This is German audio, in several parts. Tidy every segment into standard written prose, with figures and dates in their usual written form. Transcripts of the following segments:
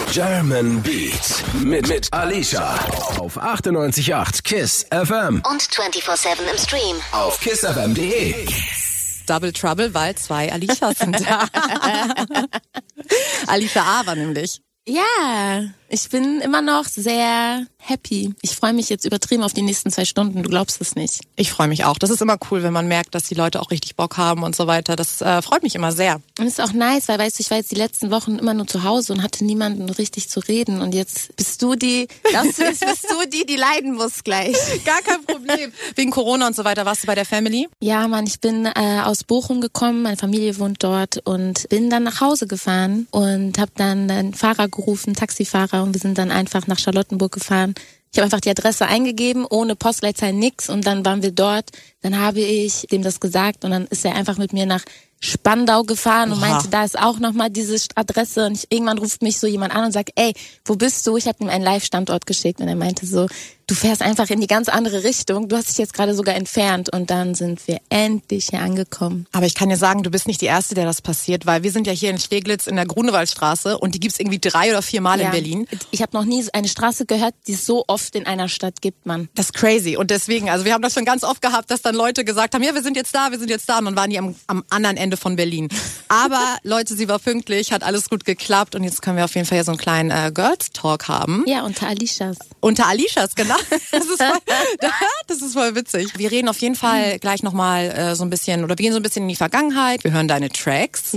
German Beat mit Alicia auf 98.8 KISS FM und 24/7 im Stream auf kissfm.de. Double Trouble, weil 2 Alicias sind da. Alicia A war nämlich. Ja, ich bin immer noch sehr happy. Ich freue mich jetzt übertrieben auf die nächsten 2 Stunden, du glaubst es nicht. Ich freue mich auch. Das ist immer cool, wenn man merkt, dass die Leute auch richtig Bock haben und so weiter. Das freut mich immer sehr. Und es ist auch nice, weil weißt du, ich war jetzt die letzten Wochen immer nur zu Hause und hatte niemanden richtig zu reden. Und jetzt bist du die leiden muss gleich. Gar kein Problem. Wegen Corona und so weiter warst du bei der Family? Ja, Mann, ich bin aus Bochum gekommen, meine Familie wohnt dort und bin dann nach Hause gefahren und habe dann einen Fahrer gerufen, Taxifahrer, und wir sind dann einfach nach Charlottenburg gefahren. Ich habe einfach die Adresse eingegeben, ohne Postleitzahl, nix, und dann waren wir dort. Dann habe ich dem das gesagt und dann ist er einfach mit mir nach Spandau gefahren und meinte, da ist auch nochmal diese Adresse, und irgendwann ruft mich so jemand an und sagt, ey, wo bist du? Ich habe ihm einen Live-Standort geschickt und er meinte so, du fährst einfach in die ganz andere Richtung, du hast dich jetzt gerade sogar entfernt, und dann sind wir endlich hier angekommen. Aber ich kann dir sagen, du bist nicht die Erste, der das passiert, weil wir sind ja hier in Steglitz in der Grunewaldstraße und die gibt's irgendwie 3 oder 4 Mal in Berlin. Ich habe noch nie eine Straße gehört, die es so oft in einer Stadt gibt, Mann. Das ist crazy, und deswegen, also wir haben das schon ganz oft gehabt, dass dann Leute gesagt haben, ja, wir sind jetzt da, und dann waren die am anderen Ende von Berlin. Aber Leute, sie war pünktlich, hat alles gut geklappt, und jetzt können wir auf jeden Fall ja so einen kleinen Girls-Talk haben. Ja, unter Alicias. Unter Alicias, genau. Das ist voll witzig. Wir reden auf jeden Fall gleich nochmal so ein bisschen, oder wir gehen so ein bisschen in die Vergangenheit. Wir hören deine Tracks.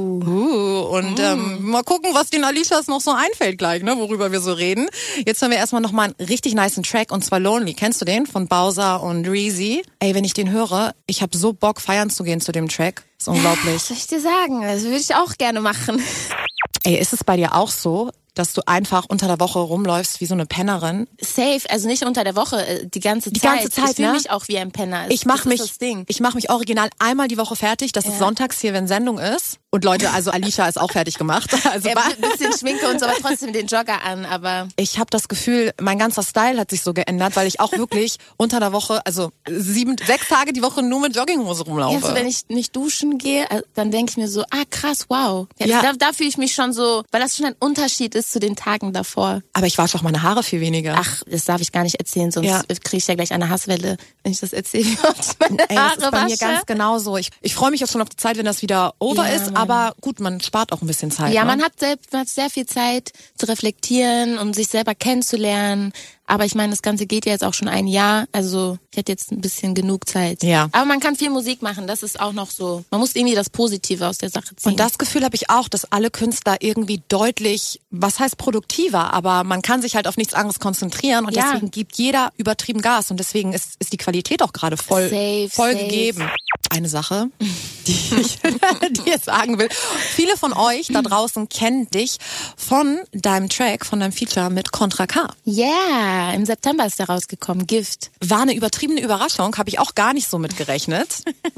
Und mal gucken, was den Alicias noch so einfällt gleich, ne, worüber wir so reden. Jetzt hören wir erstmal nochmal einen richtig nicen Track, und zwar Lonely. Kennst du den? Von Bowser und Reezy. Ey, wenn ich den höre, ich habe so Bock, feiern zu gehen zu dem Track. Das ist unglaublich. Was soll ich dir sagen? Das würde ich auch gerne machen. Ey, ist es bei dir auch so, dass du einfach unter der Woche rumläufst wie so eine Pennerin? Safe, also nicht unter der Woche, die ganze Zeit. Ich fühle mich auch wie ein Penner. Ich mache mich original einmal die Woche fertig. Das ist sonntags hier, wenn Sendung ist. Und Leute, also Alicia ist auch fertig gemacht. Also ein bisschen Schminke und so, aber trotzdem den Jogger an. Aber ich habe das Gefühl, mein ganzer Style hat sich so geändert, weil ich auch wirklich unter der Woche, also 6 Tage die Woche nur mit Jogginghose rumlaufe. Ja, also wenn ich nicht duschen gehe, dann denke ich mir so, krass, wow. Ja. Da fühle ich mich schon so, weil das schon ein Unterschied ist zu den Tagen davor. Aber ich wasche auch meine Haare viel weniger. Ach, das darf ich gar nicht erzählen, sonst kriege ich ja gleich eine Hasswelle, wenn ich das erzähle. Das ist bei mir ganz genauso. Ich freue mich jetzt schon auf die Zeit, wenn das wieder over ist, aber gut, man spart auch ein bisschen Zeit. Ja, ne? man hat sehr viel Zeit zu reflektieren und sich selber kennenzulernen. Aber ich meine, das Ganze geht ja jetzt auch schon ein Jahr. Also ich hätte jetzt ein bisschen genug Zeit. Ja. Aber man kann viel Musik machen. Das ist auch noch so. Man muss irgendwie das Positive aus der Sache ziehen. Und das Gefühl habe ich auch, dass alle Künstler irgendwie deutlich, was heißt produktiver, aber man kann sich halt auf nichts anderes konzentrieren. Und deswegen gibt jeder übertrieben Gas. Und deswegen ist die Qualität auch gerade voll gegeben. Eine Sache, die ich dir sagen will. Viele von euch da draußen kennen dich von deinem Track, von deinem Feature mit Contra K. Yeah, im September ist der rausgekommen, Gift. War eine übertriebene Überraschung, habe ich auch gar nicht so mitgerechnet.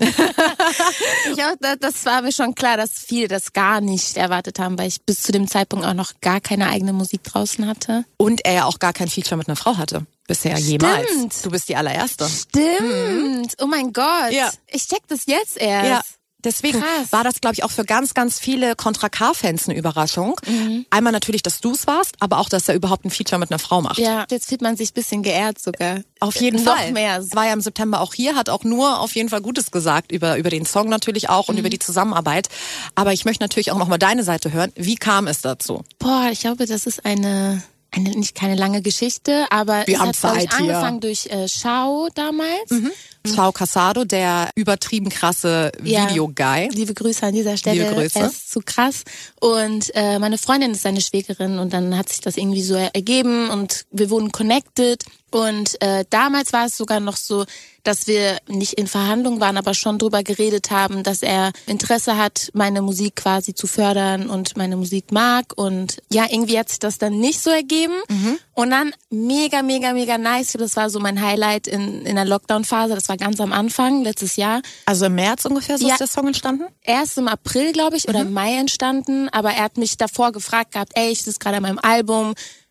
Das war mir schon klar, dass viele das gar nicht erwartet haben, weil ich bis zu dem Zeitpunkt auch noch gar keine eigene Musik draußen hatte. Und er ja auch gar kein Feature mit einer Frau hatte. Bisher jemals. Du bist die allererste. Stimmt. Oh mein Gott. Ja. Ich check das jetzt erst. Ja. Deswegen war das, glaube ich, auch für ganz, ganz viele Contra K-Fans eine Überraschung. Einmal natürlich, dass du es warst, aber auch, dass er überhaupt ein Feature mit einer Frau macht. Ja, jetzt fühlt man sich ein bisschen geehrt sogar. Auf jeden Fall. Noch mehr. War ja im September auch hier, hat auch nur auf jeden Fall Gutes gesagt über den Song natürlich auch und über die Zusammenarbeit. Aber ich möchte natürlich auch nochmal deine Seite hören. Wie kam es dazu? Boah, ich glaube, das ist nicht keine lange Geschichte, aber wir es haben hat, Zeit ich, angefangen durch Schau damals. Schau Casado, der übertrieben krasse Videoguy. Liebe Grüße an dieser Stelle. Liebe Grüße. Er ist zu krass. Und meine Freundin ist seine Schwägerin, und dann hat sich das irgendwie so ergeben und wir wurden connected. Und damals war es sogar noch so, dass wir nicht in Verhandlungen waren, aber schon drüber geredet haben, dass er Interesse hat, meine Musik quasi zu fördern und meine Musik mag. Und ja, irgendwie hat sich das dann nicht so ergeben. Und dann mega, mega, mega nice. Das war so mein Highlight in der Lockdown-Phase. Das war ganz am Anfang, letztes Jahr. Also im März ungefähr, so ist der Song entstanden? Erst im April, glaube ich, oder im Mai entstanden. Aber er hat mich davor gefragt gehabt, ey, ich sitze gerade an meinem Album.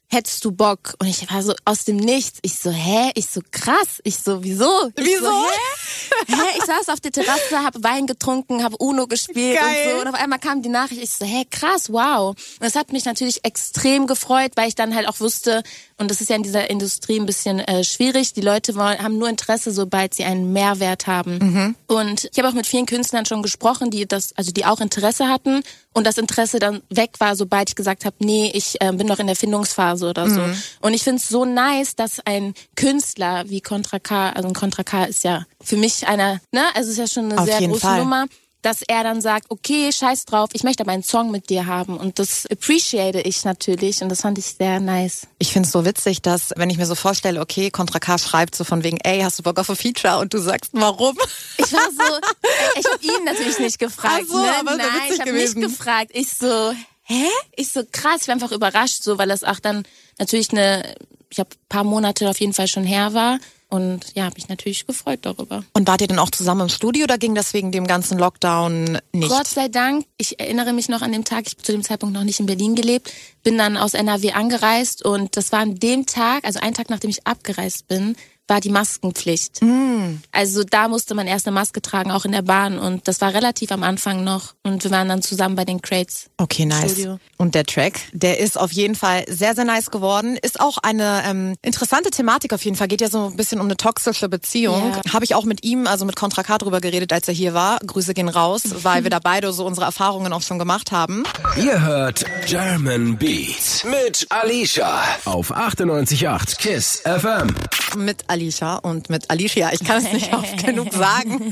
hättest du Bock? Und ich war so aus dem Nichts. Ich so, hä? Ich so, krass. Ich so, wieso? Wieso? So, hä? Ich saß auf der Terrasse, hab Wein getrunken, hab Uno gespielt Geil. und so. Und auf einmal kam die Nachricht. Ich so, hä, krass, wow. Und das hat mich natürlich extrem gefreut, weil ich dann halt auch wusste, und das ist ja in dieser Industrie ein bisschen schwierig, die Leute haben nur Interesse, sobald sie einen Mehrwert haben. Und ich habe auch mit vielen Künstlern schon gesprochen, die auch Interesse hatten und das Interesse dann weg war, sobald ich gesagt habe, nee, ich bin noch in der Findungsphase oder so. Und ich finde es so nice, dass ein Künstler wie Contra K, also ein Contra K ist ja für mich einer, ne, also ist ja schon eine Auf sehr jeden große Fall. Nummer, dass er dann sagt, okay, scheiß drauf, ich möchte aber einen Song mit dir haben. Und das appreciate ich natürlich und das fand ich sehr nice. Ich find's so witzig, dass, wenn ich mir so vorstelle, okay, Contra K schreibt so von wegen, ey, hast du Bock auf ein Feature? Und du sagst, warum? Ich war so, ich habe ihn natürlich nicht gefragt. Ach so, ne? aber ist ja Nein, witzig ich habe gewesen. nicht gefragt. Ich so, hä? Ich so, krass, ich war einfach überrascht, so, weil das auch dann natürlich ich habe ein paar Monate auf jeden Fall schon her war. Und ja, habe mich natürlich gefreut darüber. Und wart ihr denn auch zusammen im Studio oder ging das wegen dem ganzen Lockdown nicht? Gott sei Dank, ich erinnere mich noch an den Tag, ich habe zu dem Zeitpunkt noch nicht in Berlin gelebt, bin dann aus NRW angereist und das war an dem Tag, also einen Tag nachdem ich abgereist bin, war die Maskenpflicht. Also da musste man erst eine Maske tragen, auch in der Bahn und das war relativ am Anfang noch und wir waren dann zusammen bei den Crates. Okay, nice. Studio. Und der Track, der ist auf jeden Fall sehr, sehr nice geworden. Ist auch eine interessante Thematik auf jeden Fall. Geht ja so ein bisschen um eine toxische Beziehung. Ja. Habe ich auch mit ihm, also mit Contra K drüber geredet, als er hier war. Grüße gehen raus, weil wir da beide so unsere Erfahrungen auch schon gemacht haben. Ihr hört German Beat mit Alicia auf 98.8 KISS FM. Mit Alicia und mit Alicia. Ich kann es nicht oft genug sagen.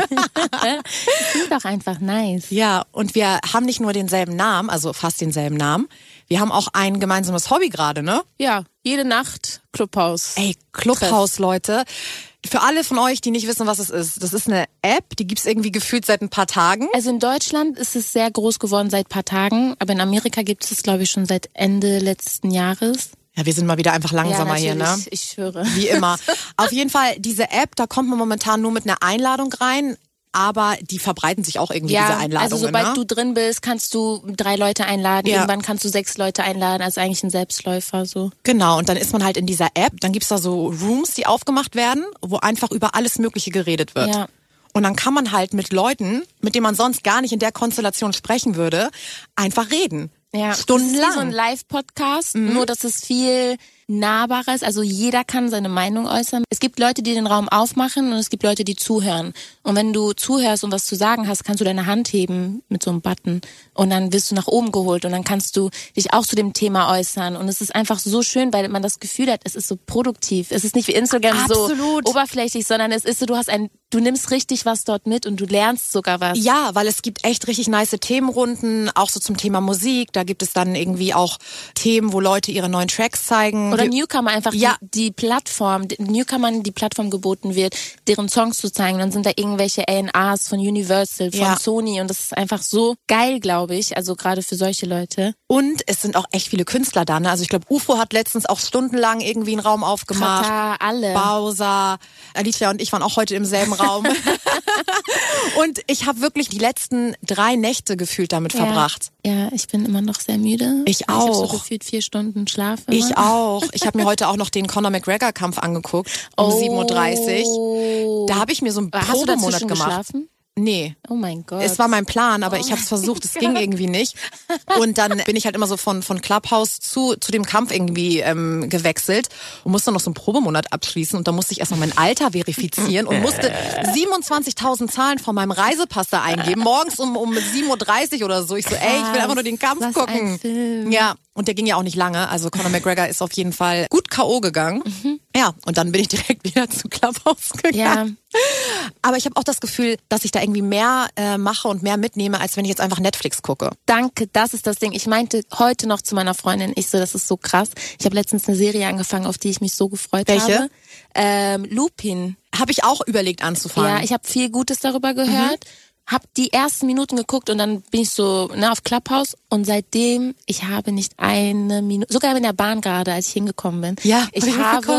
Klingt doch einfach nice. Ja, und wir haben nicht nur denselben Namen, also fast denselben Namen. Wir haben auch ein gemeinsames Hobby gerade, ne? Ja, jede Nacht Clubhaus. Ey, Clubhaus, Leute. Für alle von euch, die nicht wissen, was es ist, das ist eine App, die gibt's irgendwie gefühlt seit ein paar Tagen. Also in Deutschland ist es sehr groß geworden seit ein paar Tagen, aber in Amerika gibt es, glaube ich, schon seit Ende letzten Jahres. Ja, wir sind mal wieder einfach langsamer hier, ne? Ich schwöre. Wie immer. Auf jeden Fall, diese App, da kommt man momentan nur mit einer Einladung rein, aber die verbreiten sich auch irgendwie, diese Einladungen. Also sobald ne? du drin bist, kannst du 3 Leute einladen, Ja. irgendwann kannst du 6 Leute einladen, also eigentlich ein Selbstläufer so. Genau, und dann ist man halt in dieser App, dann gibt's da so Rooms, die aufgemacht werden, wo einfach über alles Mögliche geredet wird. Ja. Und dann kann man halt mit Leuten, mit denen man sonst gar nicht in der Konstellation sprechen würde, einfach reden. Ja, Stundenlang. Das ist wie so ein Live-Podcast, nur dass es viel nahbarer ist. Also jeder kann seine Meinung äußern. Es gibt Leute, die den Raum aufmachen und es gibt Leute, die zuhören. Und wenn du zuhörst und was zu sagen hast, kannst du deine Hand heben mit so einem Button und dann wirst du nach oben geholt und dann kannst du dich auch zu dem Thema äußern. Und es ist einfach so schön, weil man das Gefühl hat, es ist so produktiv. Es ist nicht wie Instagram Absolut. so oberflächlich, sondern es ist so, du nimmst richtig was dort mit und du lernst sogar was. Ja, weil es gibt echt richtig nice Themenrunden, auch so zum Thema Musik. Da gibt es dann irgendwie auch Themen, wo Leute ihre neuen Tracks zeigen. Oder Newcomer einfach Ja. die Plattform, Newcomern die Plattform geboten wird, deren Songs zu zeigen. Dann sind da irgendwelche A&Rs von Universal, von Ja. Sony und das ist einfach so geil, glaube ich. Also gerade für solche Leute. Und es sind auch echt viele Künstler da. Ne? Also ich glaube, UFO hat letztens auch stundenlang irgendwie einen Raum aufgemacht. Kaka, alle. Bowser, Alicia und ich waren auch heute im selben Raum. Und ich habe wirklich die letzten 3 Nächte gefühlt damit verbracht. Ja, ich bin immer noch sehr müde. Ich Ich habe so auch. gefühlt 4 Stunden Schlaf. Ich auch. Ich habe mir heute auch noch den Conor McGregor-Kampf angeguckt um 7:30 Uhr. Da habe ich mir so einen Hast du Probemonat dazwischen gemacht. geschlafen? Nee. Oh mein Gott. Es war mein Plan, aber ich habe es versucht, es ging irgendwie nicht. Und dann bin ich halt immer so von Clubhouse zu dem Kampf irgendwie gewechselt und musste noch so einen Probemonat abschließen. Und da musste ich erst noch mein Alter verifizieren und musste 27.000 Zahlen von meinem Reisepass da eingeben. Morgens um 7:30 Uhr oder so. Ich so, ey, ich will einfach nur den Kampf Was gucken. ein Film. Ja, und der ging ja auch nicht lange. Also Conor McGregor ist auf jeden Fall gut K.O. gegangen. Ja, und dann bin ich direkt wieder zu Clubhouse gegangen. Ja. Aber ich habe auch das Gefühl, dass ich da irgendwie mehr mache und mehr mitnehme, als wenn ich jetzt einfach Netflix gucke. Danke, das ist das Ding. Ich meinte heute noch zu meiner Freundin, das ist so krass. Ich habe letztens eine Serie angefangen, auf die ich mich so gefreut Welche? habe. Lupin. Habe ich auch überlegt anzufangen. Ja, ich habe viel Gutes darüber gehört. Hab die ersten Minuten geguckt und dann bin ich so auf Clubhouse und seitdem, ich habe nicht eine Minute, sogar in der Bahn gerade, als ich hingekommen bin, Ja, ich hab ich habe mitbekommen.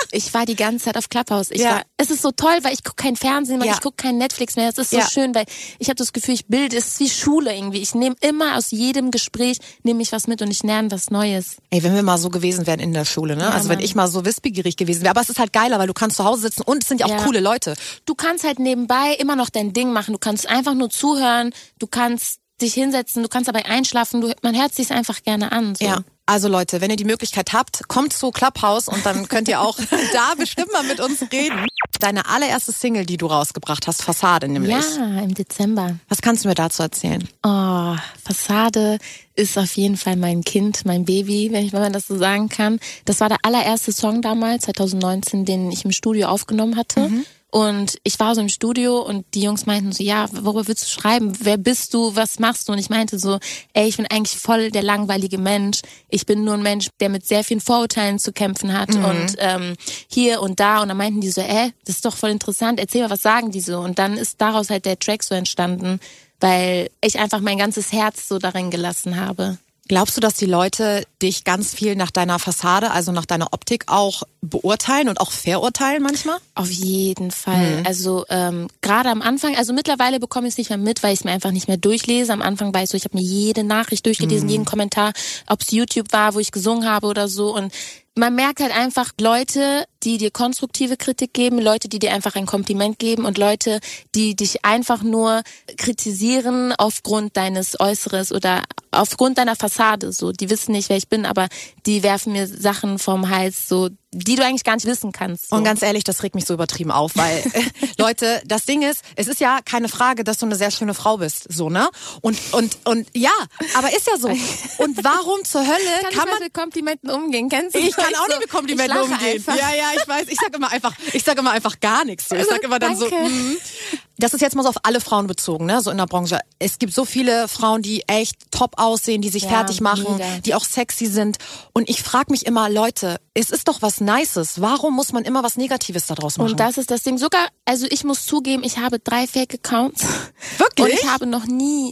Ich war die ganze Zeit auf Clubhouse. Es ist so toll, weil ich gucke kein Fernsehen mehr, ich gucke kein Netflix mehr. Es ist so schön, weil ich habe das Gefühl, es ist wie Schule irgendwie. Ich nehme immer aus jedem Gespräch, nehme ich was mit und ich lerne was Neues. Ey, wenn wir mal so gewesen wären in der Schule, ne? Ja, also wenn ich mal so wissbegierig gewesen wäre. Aber es ist halt geiler, weil du kannst zu Hause sitzen und es sind ja auch coole Leute. Du kannst halt nebenbei immer noch dein Ding machen. Du kannst einfach nur zuhören, du kannst dich hinsetzen, du kannst dabei einschlafen, man hört sich's einfach gerne an. So. Ja. Also Leute, wenn ihr die Möglichkeit habt, kommt zu Clubhouse und dann könnt ihr auch da bestimmt mal mit uns reden. Deine allererste Single, die du rausgebracht hast, Fassade nämlich. Ja, im Dezember. Was kannst du mir dazu erzählen? Oh, Fassade ist auf jeden Fall mein Kind, mein Baby, wenn man das so sagen kann. Das war der allererste Song damals, 2019, den ich im Studio aufgenommen hatte. Und ich war so im Studio und die Jungs meinten so, ja, worüber willst du schreiben? Wer bist du? Was machst du? Und ich meinte so, ey, ich bin eigentlich voll der langweilige Mensch. Ich bin nur ein Mensch, der mit sehr vielen Vorurteilen zu kämpfen hat und hier und da. Und dann meinten die so, das ist doch voll interessant. Erzähl mal, was sagen die so? Und dann ist daraus halt der Track so entstanden, weil ich einfach mein ganzes Herz so darin gelassen habe. Glaubst du, dass die Leute dich ganz viel nach deiner Fassade, also nach deiner Optik auch beurteilen und auch verurteilen manchmal? Auf jeden Fall. Also gerade am Anfang, also mittlerweile bekomme ich es nicht mehr mit, weil ich es mir einfach nicht mehr durchlese. Am Anfang war ich so, ich habe mir jede Nachricht durchgelesen, jeden Kommentar, ob es YouTube war, wo ich gesungen habe oder so. Und man merkt halt einfach Leute, die dir konstruktive Kritik geben, Leute, die dir einfach ein Kompliment geben und Leute, die dich einfach nur kritisieren aufgrund deines Äußeres oder aufgrund deiner Fassade. So, die wissen nicht, wer ich bin, aber die werfen mir Sachen vom Hals, so, die du eigentlich gar nicht wissen kannst. So. Und ganz ehrlich, das regt mich so übertrieben auf, weil Leute, das Ding ist, es ist ja keine Frage, dass du eine sehr schöne Frau bist, so, ne? Und ja, aber ist ja so. Und warum zur Hölle kann man mit Komplimenten umgehen? Kennst du? Ich kann auch nicht mit Komplimenten umgehen. Einfach. Ja, ich weiß. Ich sag immer einfach gar nichts. So. Ich sag immer dann Danke. so. Das ist jetzt mal so auf alle Frauen bezogen, ne, so in der Branche. Es gibt so viele Frauen, die echt top aussehen, die sich fertig machen, die auch sexy sind. Und ich frage mich immer, Leute, es ist doch was Nices. Warum muss man immer was Negatives daraus machen? Und das ist das Ding. Sogar, also ich muss zugeben, ich habe 3 Fake-Accounts. Wirklich? Und ich habe noch nie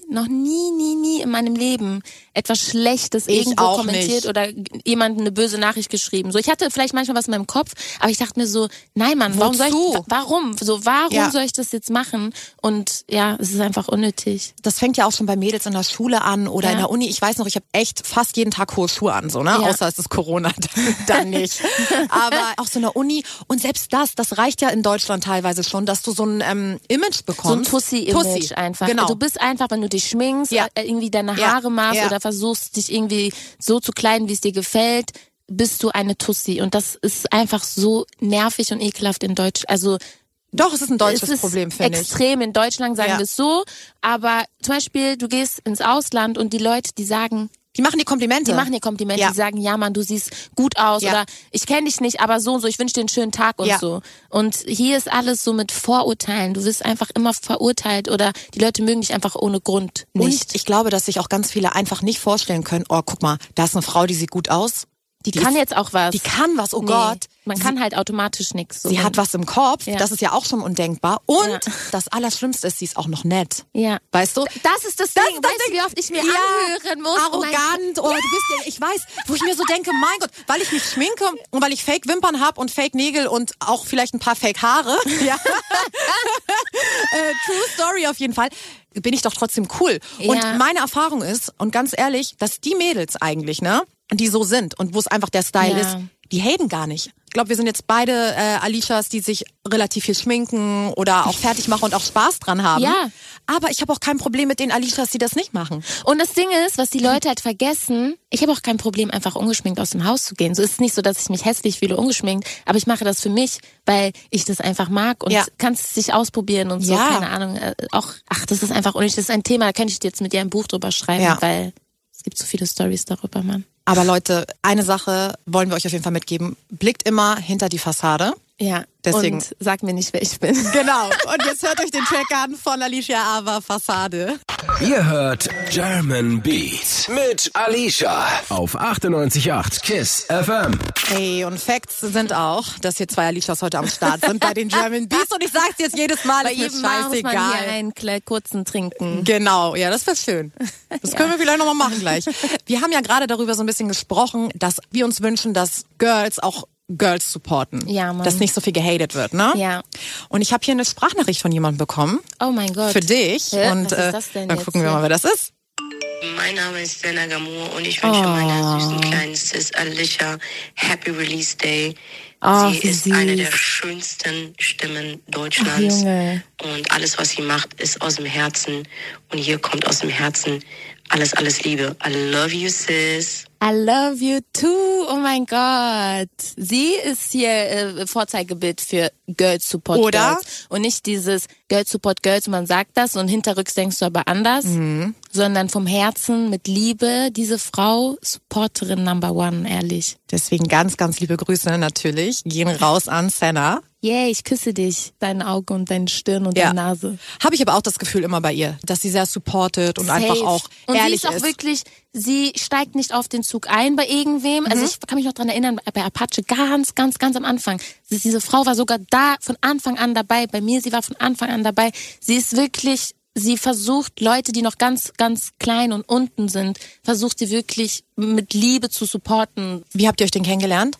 in meinem Leben etwas Schlechtes irgendwo kommentiert nicht. oder jemandem eine böse Nachricht geschrieben. So, ich hatte vielleicht manchmal was in meinem Kopf, aber ich dachte mir so, nein, Mann, warum soll ich das jetzt machen? Und ja, es ist einfach unnötig. Das fängt ja auch schon bei Mädels in der Schule an oder in der Uni. Ich weiß noch, ich habe echt fast jeden Tag hohe Schuhe an, so, ne? Ja. Außer es ist Corona, dann nicht. Aber auch so in der Uni. Und selbst das reicht ja in Deutschland teilweise schon, dass du so ein Image bekommst. So ein Tussi-Image einfach. Genau. Du bist einfach, wenn du dich schminkst, irgendwie deine Haare machst oder versuchst, dich irgendwie so zu kleiden, wie es dir gefällt, bist du eine Tussi. Und das ist einfach so nervig und ekelhaft in Deutsch. Also doch, es ist ein deutsches Problem, finde ich. Extrem. In Deutschland sagen wir es so. Aber zum Beispiel, du gehst ins Ausland und die Leute, die sagen... Die machen dir Komplimente. Die sagen, ja Mann, du siehst gut aus oder ich kenne dich nicht, aber so und so, ich wünsche dir einen schönen Tag und so. Und hier ist alles so mit Vorurteilen. Du wirst einfach immer verurteilt oder die Leute mögen dich einfach ohne Grund nicht. Und ich glaube, dass sich auch ganz viele einfach nicht vorstellen können, oh, guck mal, da ist eine Frau, die sieht gut aus. Die kann jetzt auch was. Die kann was, Gott. Man kann halt automatisch nichts. So. Sie hat was im Kopf, das ist ja auch schon undenkbar. Und das Allerschlimmste ist, sie ist auch noch nett. Ja. Weißt du? Das ist das Ding. Weißt du, wie oft ich mir anhören muss? Arrogant. Oder du bist ja, ich weiß, wo ich mir so denke, mein Gott, weil ich mich schminke und weil ich Fake-Wimpern habe und Fake-Nägel und auch vielleicht ein paar Fake-Haare. Ja. True Story auf jeden Fall. Bin ich doch trotzdem cool. Ja. Und meine Erfahrung ist, und ganz ehrlich, dass die Mädels eigentlich, ne, die so sind und wo es einfach der Style ist, die haten gar nicht. Ich glaube, wir sind jetzt beide Alishas, die sich relativ viel schminken oder auch fertig machen und auch Spaß dran haben. Ja. Aber ich habe auch kein Problem mit den Alishas, die das nicht machen. Und das Ding ist, was die Leute halt vergessen, ich habe auch kein Problem, einfach ungeschminkt aus dem Haus zu gehen. So ist es nicht so, dass ich mich hässlich fühle, ungeschminkt, aber ich mache das für mich, weil ich das einfach mag und kannst es sich ausprobieren und so, keine Ahnung. Das ist einfach unnötig. Das ist ein Thema, da könnte ich jetzt mit dir ein Buch drüber schreiben, weil es gibt so viele Storys darüber, Mann. Aber Leute, eine Sache wollen wir euch auf jeden Fall mitgeben. Blickt immer hinter die Fassade. Ja, deswegen. Und sag mir nicht, wer ich bin. Genau. Und jetzt hört euch den Track an von Alicia Ava, Fassade. Ihr hört German Beat mit Alicia auf 98.8 KISS FM. Hey, und Facts sind auch, dass hier 2 Alishas heute am Start sind bei den German Beats. Und ich sag's jetzt jedes Mal, bei ist mir jedem Mal scheißegal. muss man hier einen kurzen trinken. Genau, ja, das wäre schön. Das können wir vielleicht nochmal machen gleich. Wir haben ja gerade darüber so ein bisschen gesprochen, dass wir uns wünschen, dass Girls auch Girls supporten. Ja, Mann. Dass nicht so viel gehatet wird, ne? Ja. Und ich habe hier eine Sprachnachricht von jemandem bekommen. Oh mein Gott. Für dich. Ja, und was ist das denn dann jetzt gucken wir mal, wer das ist. Mein Name ist Senna Gamur und ich wünsche meiner süßen kleinen Sis Alicia Happy Release Day. Sie wie ist süß. eine der schönsten Stimmen Ach, Deutschlands. Junge. Und alles, was sie macht, ist aus dem Herzen. Und hier kommt aus dem Herzen alles Liebe. I love you, sis. I love you too. Oh mein Gott. Sie ist hier Vorzeigebild für Girls Support Oder? Girls. Und nicht dieses Girls Support Girls, man sagt das und hinterrücks denkst du aber anders. Sondern vom Herzen mit Liebe. Diese Frau, Supporterin Number One, ehrlich. Deswegen ganz, ganz liebe Grüße natürlich. Gehen raus an Senna. Yeah, ich küsse dich, dein Auge und deine Stirn und Ja. deine Nase. Habe ich aber auch das Gefühl immer bei ihr, dass sie sehr supportet und einfach Safe. auch und ehrlich sie ist auch wirklich, sie steigt nicht auf den Zug ein bei irgendwem. Also ich kann mich noch dran erinnern, bei Apache ganz am Anfang. Diese Frau war sogar da von Anfang an dabei. Bei mir, sie war von Anfang an dabei. Sie ist wirklich, sie versucht, Leute, die noch ganz klein und unten sind, versucht sie wirklich mit Liebe zu supporten. Wie habt ihr euch denn kennengelernt?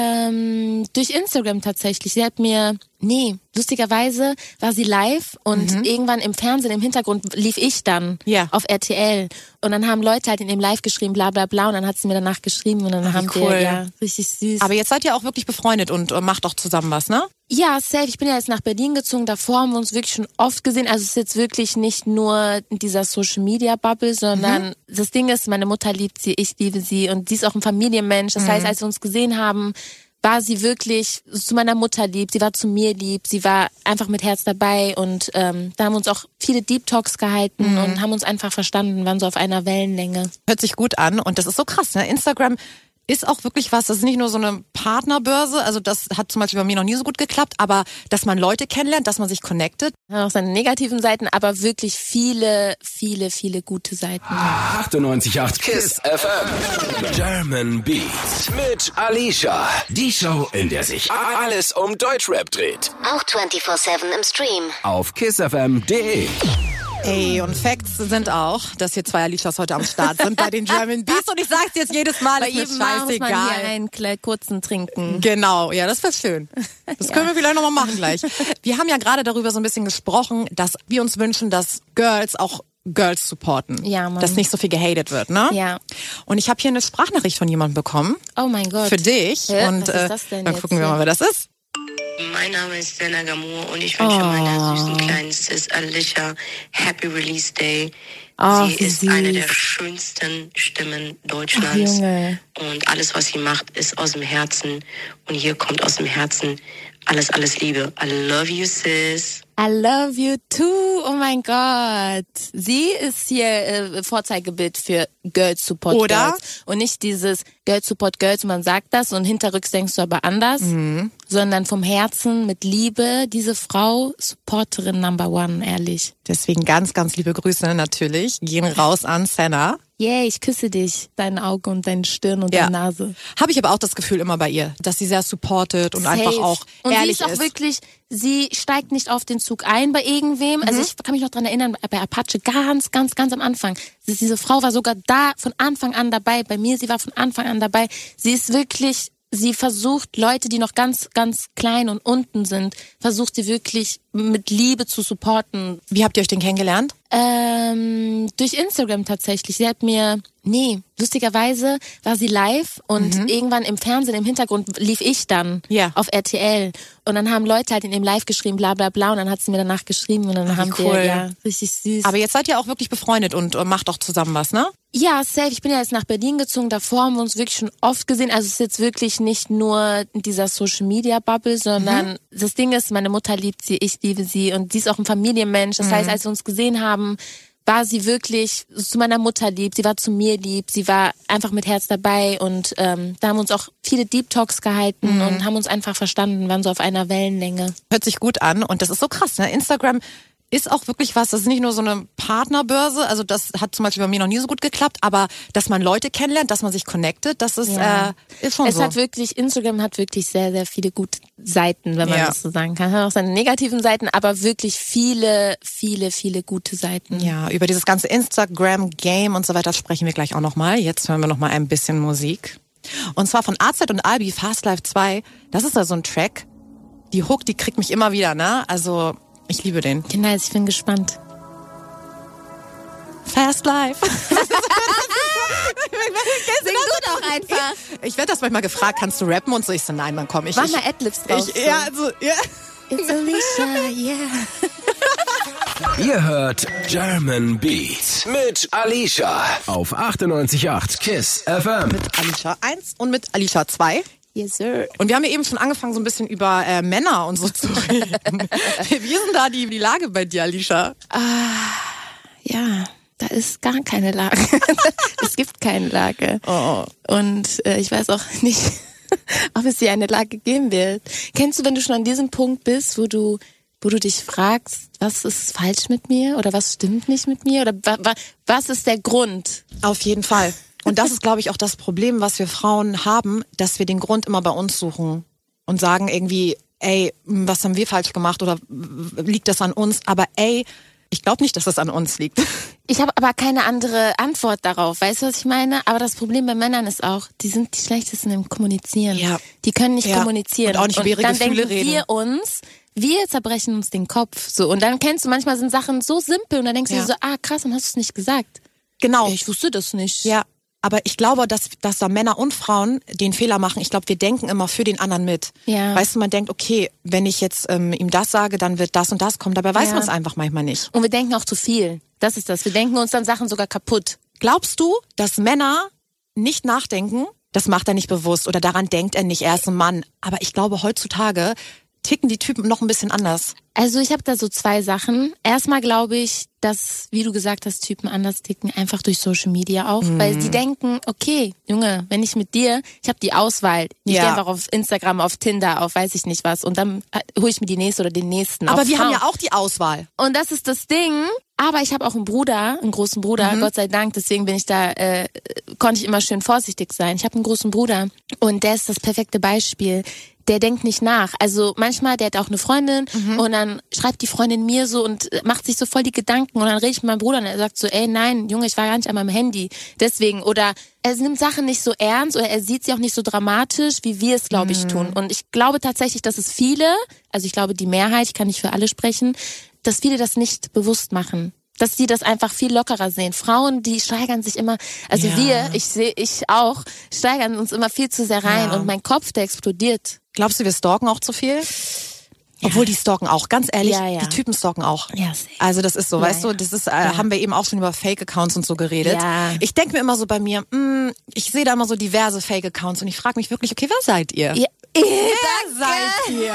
Durch Instagram tatsächlich. Sie hat mir, lustigerweise war sie live und irgendwann im Fernsehen, im Hintergrund lief ich dann Ja. auf RTL. Und dann haben Leute halt in ihrem Live geschrieben, bla bla bla. Und dann hat sie mir danach geschrieben und dann haben cool. wir, ja, richtig süß. Aber jetzt seid ihr auch wirklich befreundet und macht auch zusammen was, ne? Ja, safe. Ich bin ja jetzt nach Berlin gezogen. Davor haben wir uns wirklich schon oft gesehen. Also es ist jetzt wirklich nicht nur in dieser Social-Media-Bubble, sondern das Ding ist, meine Mutter liebt sie, ich liebe sie und sie ist auch ein Familienmensch. Das heißt, als wir uns gesehen haben, war sie wirklich zu meiner Mutter lieb, sie war zu mir lieb, sie war einfach mit Herz dabei und da haben wir uns auch viele Deep Talks gehalten und haben uns einfach verstanden, waren so auf einer Wellenlänge. Hört sich gut an und das ist so krass, ne? Instagram ist auch wirklich was, das ist nicht nur so eine Partnerbörse, also das hat zum Beispiel bei mir noch nie so gut geklappt, aber dass man Leute kennenlernt, dass man sich connectet. Hat auch seine negativen Seiten, aber wirklich viele gute Seiten. 98.8 KISS FM. German Beats mit Alicia. Die Show, in der sich alles um Deutschrap dreht. Auch 24/7 im Stream. Auf kissfm.de. Ey, und Facts sind auch, dass hier zwei Alicias heute am Start sind bei den German Beats und ich sag's jetzt jedes Mal, Bei ist mir jedem Mal muss man scheißegal. hier einen kurzen trinken. Genau, ja, das wäre schön. Das können wir vielleicht nochmal machen gleich. Wir haben ja gerade darüber so ein bisschen gesprochen, dass wir uns wünschen, dass Girls auch Girls supporten. Ja, Mann. Dass nicht so viel gehatet wird, ne? Ja. Und ich habe hier eine Sprachnachricht von jemandem bekommen. Oh mein Gott. Für dich. Ja, und was ist das denn dann jetzt gucken wir hier? mal, wer das ist. Mein Name ist Senna Gamur und ich wünsche meiner süßen kleinen Sis Alicia Happy Release Day. Sie wie ist süß. eine der schönsten Stimmen Ach, Deutschlands. Junge. Und alles, was sie macht, ist aus dem Herzen. Und hier kommt aus dem Herzen alles Liebe. I love you, sis. I love you too. Oh mein Gott. Sie ist hier Vorzeigebild für Girls Support Oder? Girls. Und nicht dieses Girls Support Girls, man sagt das und hinterrücks denkst du aber anders. Sondern vom Herzen mit Liebe. Diese Frau, Supporterin Number One, ehrlich. Deswegen ganz, ganz liebe Grüße natürlich. Gehen raus an Senna. Yeah, ich küsse dich, dein Auge und deine Stirn und deine Nase. Habe ich aber auch das Gefühl immer bei ihr, dass sie sehr supportet und Safe. einfach auch und ehrlich sie ist auch wirklich, sie steigt nicht auf den Zug ein bei irgendwem. Also ich kann mich noch dran erinnern, bei Apache ganz am Anfang. Diese Frau war sogar da von Anfang an dabei. Bei mir, sie war von Anfang an dabei. Sie ist wirklich, sie versucht, Leute, die noch ganz klein und unten sind, versucht sie wirklich mit Liebe zu supporten. Wie habt ihr euch denn kennengelernt? Durch Instagram tatsächlich. Sie hat mir, lustigerweise war sie live und irgendwann im Fernsehen, im Hintergrund lief ich dann Ja. auf RTL. Und dann haben Leute halt in ihrem Live geschrieben, bla bla bla. Und dann hat sie mir danach geschrieben und dann haben cool. wir, ja, richtig süß. Aber jetzt seid ihr auch wirklich befreundet und macht auch zusammen was, ne? Ja, safe. Ich bin ja jetzt nach Berlin gezogen. Davor haben wir uns wirklich schon oft gesehen. Also es ist jetzt wirklich nicht nur in dieser Social-Media-Bubble, sondern das Ding ist, meine Mutter liebt sie, ich liebe sie und sie ist auch ein Familienmensch. Das heißt, als wir uns gesehen haben, war sie wirklich zu meiner Mutter lieb, sie war zu mir lieb, sie war einfach mit Herz dabei und da haben wir uns auch viele Deep Talks gehalten und haben uns einfach verstanden, waren so auf einer Wellenlänge. Hört sich gut an und das ist so krass, ne? Instagram ist auch wirklich was, das ist nicht nur so eine Partnerbörse, also das hat zum Beispiel bei mir noch nie so gut geklappt, aber dass man Leute kennenlernt, dass man sich connectet, das ist, ist schon so. Instagram hat wirklich sehr viele gute Seiten, wenn man das so sagen kann. Hat auch seine negativen Seiten, aber wirklich viele gute Seiten. Ja, über dieses ganze Instagram-Game und so weiter sprechen wir gleich auch nochmal. Jetzt hören wir nochmal ein bisschen Musik. Und zwar von AZ und Albi, Fast Life 2. Das ist ja so ein Track. Die Hook, die kriegt mich immer wieder, ne? Also, ich liebe den. Genau, ich bin gespannt. Fast Life. Sing du doch einfach. Ich werde das manchmal gefragt, kannst du rappen? Und so, ich so, nein, Mann, komm. Mach mal Adlibs drauf. Ja, also, ja. It's Alicia, yeah. Ihr hört German Beat mit Alicia auf 98.8 KISS FM. Mit Alicia 1 und mit Alicia 2. Yes, sir. Und wir haben ja eben schon angefangen, so ein bisschen über Männer und so zu reden. Wie ist denn da die Lage bei dir, Alicia? Ja, da ist gar keine Lage. Es gibt keine Lage. Oh. Und ich weiß auch nicht, ob es hier eine Lage geben wird. Kennst du, wenn du schon an diesem Punkt bist, wo du dich fragst, was ist falsch mit mir oder was stimmt nicht mit mir oder was ist der Grund? Auf jeden Fall. Und das ist, glaube ich, auch das Problem, was wir Frauen haben, dass wir den Grund immer bei uns suchen und sagen irgendwie, ey, was haben wir falsch gemacht oder liegt das an uns? Aber ey, ich glaube nicht, dass das an uns liegt. Ich habe aber keine andere Antwort darauf. Weißt du, was ich meine? Aber das Problem bei Männern ist auch, die sind die schlechtesten im Kommunizieren. Ja. Die können nicht kommunizieren. Und auch nicht über ihre Gefühle reden. Wir zerbrechen uns den Kopf. So. Und dann kennst du, manchmal sind Sachen so simpel und dann denkst du dir so, krass, dann hast du es nicht gesagt. Genau. Ich wusste das nicht. Ja. Aber ich glaube, dass da Männer und Frauen den Fehler machen. Ich glaube, wir denken immer für den anderen mit. Ja. Weißt du, man denkt, okay, wenn ich jetzt ihm das sage, dann wird das und das kommen. Dabei weiß man es einfach manchmal nicht. Und wir denken auch zu viel. Das ist das. Wir denken uns dann Sachen sogar kaputt. Glaubst du, dass Männer nicht nachdenken? Das macht er nicht bewusst oder daran denkt er nicht. Er ist ein Mann. Aber ich glaube, heutzutage ticken die Typen noch ein bisschen anders. Also ich habe da so zwei Sachen. Erstmal glaube ich, dass, wie du gesagt hast, Typen anders ticken, einfach durch Social Media auch. Weil die denken, okay, Junge, wenn ich mit dir, ich habe die Auswahl. Ich gehe einfach auf Instagram, auf Tinder, auf weiß ich nicht was. Und dann hole ich mir die nächste oder den nächsten. Aber wir haben ja auch die Auswahl. Und das ist das Ding. Aber ich habe auch einen großen Bruder, Gott sei Dank. Deswegen bin ich da, konnte ich immer schön vorsichtig sein. Ich habe einen großen Bruder und der ist das perfekte Beispiel. Der denkt nicht nach. Also manchmal, der hat auch eine Freundin und dann schreibt die Freundin mir so und macht sich so voll die Gedanken und dann rede ich mit meinem Bruder und er sagt so, ey, nein, Junge, ich war gar nicht an meinem Handy. Deswegen, oder er nimmt Sachen nicht so ernst oder er sieht sie auch nicht so dramatisch, wie wir es, glaube ich, tun. Und ich glaube tatsächlich, dass es viele, also ich glaube die Mehrheit, ich kann nicht für alle sprechen, dass viele das nicht bewusst machen. Dass die das einfach viel lockerer sehen. Frauen, die steigern sich immer, also ich auch, steigern uns immer viel zu sehr rein und mein Kopf, der explodiert. Glaubst du, wir stalken auch zu viel? Obwohl die stalken auch, ganz ehrlich, Ja. die Typen stalken auch. Ja, also das ist so, weißt du, das ist, haben wir eben auch schon über Fake-Accounts und so geredet. Ja. Ich denke mir immer so bei mir, ich sehe da immer so diverse Fake-Accounts und ich frage mich wirklich, okay, wer seid ihr? Ja. Wer seid ihr?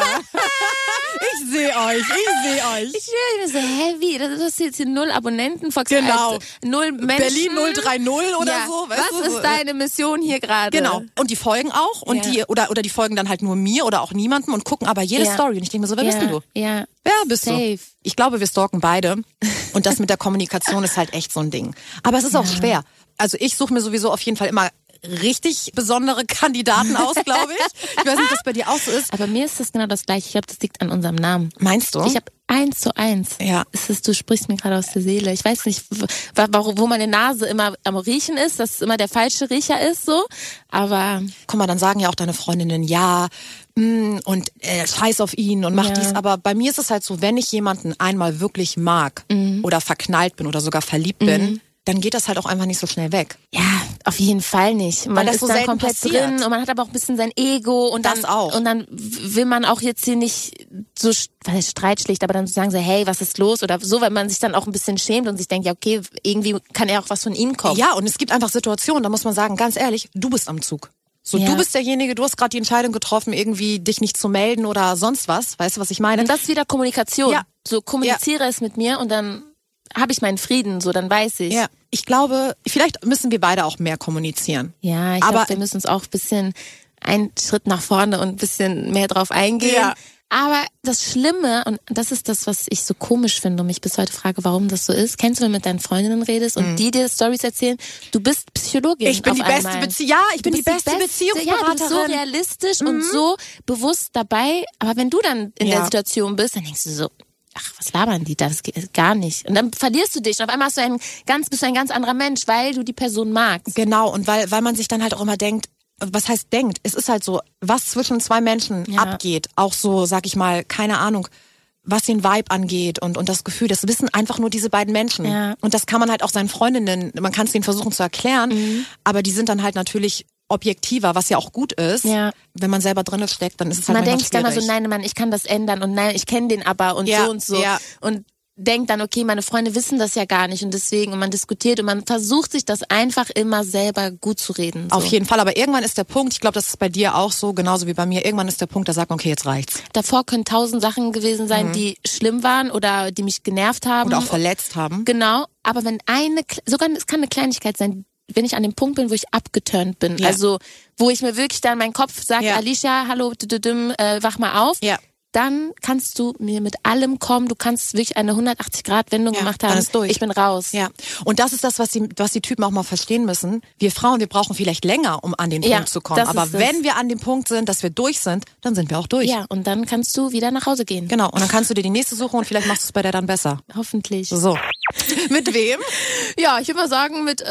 Ich sehe euch. Ich höre so, wie? Das ist jetzt hier 0 Abonnenten, Fox Genau. 0 Menschen. Berlin 030 oder so. Weißt Was du? ist deine Mission hier gerade? Genau. Und die folgen auch und die die folgen dann halt nur mir oder auch niemandem und gucken aber jede Story. Und ich denke mir so, wer bist denn du? Ja. Wer bist Safe. du? Ich glaube, wir stalken beide. Und das mit der Kommunikation ist halt echt so ein Ding. Aber es ist auch schwer. Also ich suche mir sowieso auf jeden Fall immer richtig besondere Kandidaten aus, glaube ich. Ich weiß nicht, ob das bei dir auch so ist. Aber mir ist das genau das Gleiche. Ich glaube, das liegt an unserem Namen. Meinst du? Ich habe 1:1. Ja. Du sprichst mir gerade aus der Seele. Ich weiß nicht, wo meine Nase immer am Riechen ist, dass es immer der falsche Riecher ist, so. Aber guck mal, dann sagen ja auch deine Freundinnen ja und scheiß auf ihn und mach dies. Aber bei mir ist es halt so, wenn ich jemanden einmal wirklich mag oder verknallt bin oder sogar verliebt bin, dann geht das halt auch einfach nicht so schnell weg. ja, auf jeden Fall nicht. Man das ist so dann selten komplett passiert. drin und man hat aber auch ein bisschen sein Ego und Das dann auch. Und dann will man auch jetzt hier nicht so, was heißt streitschlicht, aber dann sagen so, hey, was ist los oder so, weil man sich dann auch ein bisschen schämt und sich denkt, ja okay, irgendwie kann ja auch was von ihm kommen. Ja, und es gibt einfach Situationen, da muss man sagen, ganz ehrlich, du bist am Zug. So, Ja. du bist derjenige, du hast gerade die Entscheidung getroffen, irgendwie dich nicht zu melden oder sonst was. Weißt du, was ich meine? Und das ist wieder Kommunikation. Ja. So kommuniziere es mit mir und dann habe ich meinen Frieden, so dann weiß ich. Ja, ich glaube, vielleicht müssen wir beide auch mehr kommunizieren. Ja, ich Aber- glaube, wir müssen uns auch ein bisschen einen Schritt nach vorne und ein bisschen mehr drauf eingehen. Ja. Aber das Schlimme, und das ist das, was ich so komisch finde und mich bis heute frage, warum das so ist. Kennst du, wenn du mit deinen Freundinnen redest und die dir Storys erzählen, du bist Psychologin. Ich bin auf die beste einmal. ich bin die beste Ja, du Beziehungsberaterin. bist so realistisch und so bewusst dabei. Aber wenn du dann in der Situation bist, dann denkst du so, ach, was labern die da? Das geht gar nicht. Und dann verlierst du dich. Und auf einmal bist du ein ganz anderer Mensch, weil du die Person magst. Genau, und weil man sich dann halt auch immer denkt, was heißt denkt? Es ist halt so, was zwischen zwei Menschen abgeht. Auch so, sag ich mal, keine Ahnung, was den Vibe angeht und das Gefühl, das wissen einfach nur diese beiden Menschen. Ja. Und das kann man halt auch seinen Freundinnen, man kann es denen versuchen zu erklären, aber die sind dann halt natürlich objektiver, was ja auch gut ist. Ja. Wenn man selber drin steckt, dann ist es halt man denkt schwierig. Dann mal so, nein, Mann, ich kann das ändern und nein, ich kenne den aber und so und so. Ja. Und denkt dann, okay, meine Freunde wissen das ja gar nicht und deswegen, und man diskutiert und man versucht sich das einfach immer selber gut zu reden. So. Auf jeden Fall, aber irgendwann ist der Punkt, ich glaube, das ist bei dir auch so, genauso wie bei mir, irgendwann ist der Punkt, da sagt man, okay, jetzt reicht's. Davor können 1000 Sachen gewesen sein, die schlimm waren oder die mich genervt haben. Oder auch verletzt haben. Genau, aber wenn sogar es kann eine Kleinigkeit sein, wenn ich an dem Punkt bin, wo ich abgeturnt bin, also wo ich mir wirklich dann meinen Kopf sage, Alicia, hallo, wach mal auf. Ja. Dann kannst du mir mit allem kommen. Du kannst wirklich eine 180-Grad-Wendung gemacht haben. Dann ist durch. Ich bin raus. Ja. Und das ist das, was die Typen auch mal verstehen müssen. Wir Frauen, wir brauchen vielleicht länger, um an den Punkt zu kommen. Aber wenn wir an dem Punkt sind, dass wir durch sind, dann sind wir auch durch. Ja, und dann kannst du wieder nach Hause gehen. Genau. Und dann kannst du dir die nächste suchen und vielleicht machst du es bei der dann besser. Hoffentlich. So. Mit wem? Ja, ich würde mal sagen mit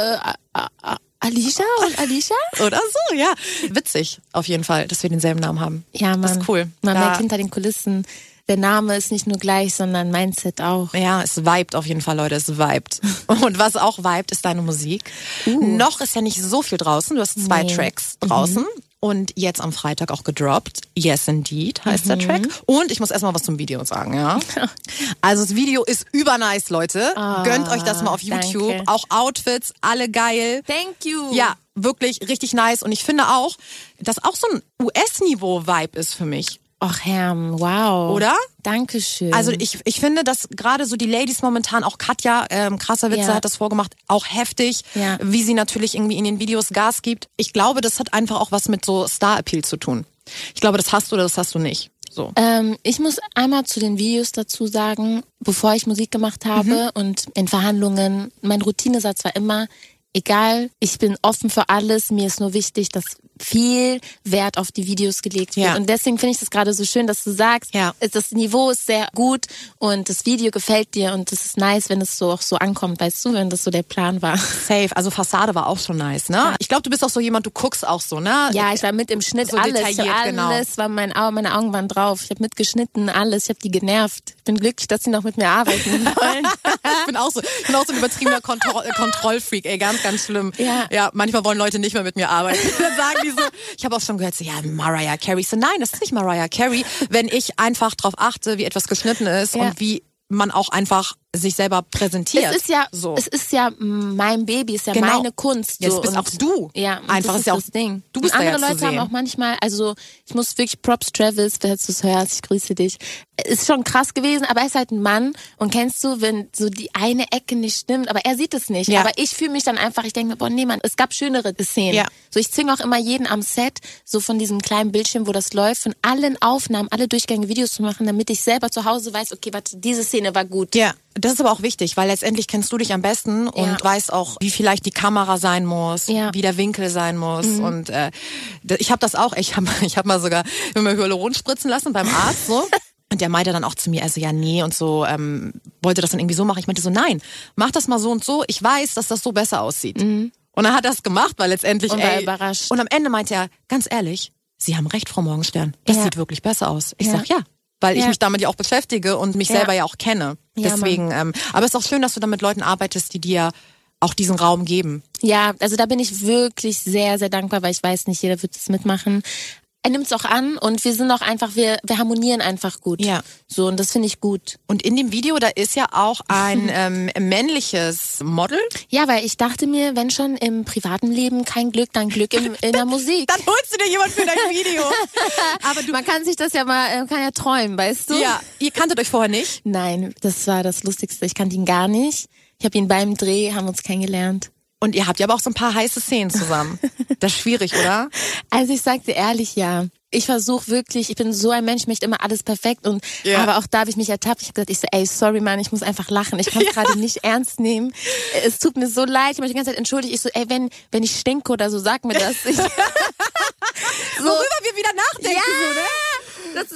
Alicia und Alicia? Oder so, ja. Witzig, auf jeden Fall, dass wir denselben Namen haben. Ja, Mann. Das ist cool. Man merkt hinter den Kulissen, der Name ist nicht nur gleich, sondern Mindset auch. Ja, es vibet auf jeden Fall, Leute, es vibet. Und was auch vibet, ist deine Musik. Noch ist ja nicht so viel draußen, du hast 2 Tracks draußen. Und jetzt am Freitag auch gedroppt. Yes, Indeed heißt der Track. Und ich muss erstmal was zum Video sagen, ja. Also das Video ist übernice, Leute. Gönnt euch das mal auf YouTube. Danke. Auch Outfits, alle geil. Thank you. Ja, wirklich richtig nice. Und ich finde auch, dass auch so ein US-Niveau-Vibe ist für mich. Ach Herm, wow. Oder? Dankeschön. Also ich finde, dass gerade so die Ladies momentan, auch Katja, krasser Witze hat das vorgemacht, auch heftig, wie sie natürlich irgendwie in den Videos Gas gibt. Ich glaube, das hat einfach auch was mit so Star-Appeal zu tun. Ich glaube, das hast du oder das hast du nicht. So. Ich muss einmal zu den Videos dazu sagen, bevor ich Musik gemacht habe und in Verhandlungen, mein Routinensatz war immer, egal, ich bin offen für alles, mir ist nur wichtig, dass viel Wert auf die Videos gelegt wird. Und deswegen finde ich das gerade so schön, dass du sagst, das Niveau ist sehr gut und das Video gefällt dir und es ist nice, wenn es so auch so ankommt, weißt du, wenn das so der Plan war. Safe, also Fassade war auch schon nice, ne? Ja. Ich glaube, du bist auch so jemand, du guckst auch so, ne? Ja, ich war mit im Schnitt, so alles war meine Augen waren drauf. Ich habe mitgeschnitten, alles, ich habe die genervt. Ich bin glücklich, dass sie noch mit mir arbeiten wollen. Ich bin auch so ein übertriebener Kontrollfreak, ey, ganz, ganz schlimm. Ja, manchmal wollen Leute nicht mehr mit mir arbeiten. Dann sagen die so, ich habe auch schon gehört, so, ja, Mariah Carey. So, nein, das ist nicht Mariah Carey, wenn ich einfach drauf achte, wie etwas geschnitten ist und wie man auch einfach sich selber präsentiert. Es ist ja mein Baby, ist ja meine Kunst. So. Jetzt bist auch du. Ja, einfach ist ja auch das Ding. Du bist und andere Leute haben auch manchmal, also ich muss wirklich Props Travis, falls du es hörst, ich grüße dich. Ist schon krass gewesen, aber er ist halt ein Mann und kennst du, wenn so die eine Ecke nicht stimmt, aber er sieht es nicht. Ja. Aber ich fühle mich dann einfach, ich denke mir, boah, nee, Mann, es gab schönere Szenen. Ja. So, ich zwinge auch immer jeden am Set, so von diesem kleinen Bildschirm, wo das läuft, von allen Aufnahmen, alle durchgängige Videos zu machen, damit ich selber zu Hause weiß, okay, warte, diese Szene war gut. Ja. Das ist aber auch wichtig, weil letztendlich kennst du dich am besten und weißt auch, wie vielleicht die Kamera sein muss, wie der Winkel sein muss. Und ich habe das auch, ich hab mal sogar mir Hyaluron spritzen lassen beim Arzt so. Und der meinte dann auch zu mir, also ja, nee und so, wollte das dann irgendwie so machen. Ich meinte so, nein, mach das mal so und so. Ich weiß, dass das so besser aussieht. Und er hat das gemacht, weil letztendlich, und war überrascht. Und am Ende meinte er, ganz ehrlich, Sie haben recht, Frau Morgenstern. Das sieht wirklich besser aus. Ich sag, ja. Weil ich mich damit ja auch beschäftige und mich selber ja auch kenne. Deswegen, aber es ist auch schön, dass du dann mit Leuten arbeitest, die dir auch diesen Raum geben. Ja, also da bin ich wirklich sehr, sehr dankbar, weil ich weiß, nicht jeder wird es mitmachen. Er nimmt es auch an und wir sind auch einfach, wir harmonieren einfach gut. Ja. So, und das finde ich gut. Und in dem Video, da ist ja auch ein männliches Model. Ja, weil ich dachte mir, wenn schon im privaten Leben kein Glück, dann Glück in der Musik. Dann holst du dir jemand für dein Video. Aber man kann sich das ja mal, kann ja träumen, weißt du? Ja, ihr kanntet euch vorher nicht? Nein, das war das Lustigste. Ich kannte ihn gar nicht. Ich habe ihn beim Dreh, haben uns kennengelernt. Und ihr habt ja aber auch so ein paar heiße Szenen zusammen. Das ist schwierig, oder? Also ich sag dir ehrlich, ja. Ich versuche wirklich, ich bin so ein Mensch, ich möchte immer alles perfekt und aber auch da habe ich mich ertappt. Ich habe gesagt, ey, sorry, Mann, ich muss einfach lachen. Ich kann es gerade nicht ernst nehmen. Es tut mir so leid. Ich habe mich die ganze Zeit entschuldigt. Ich so, ey, wenn ich stinke oder so, sag mir das. Worüber wir wieder nachdenken, so, ne? Das ist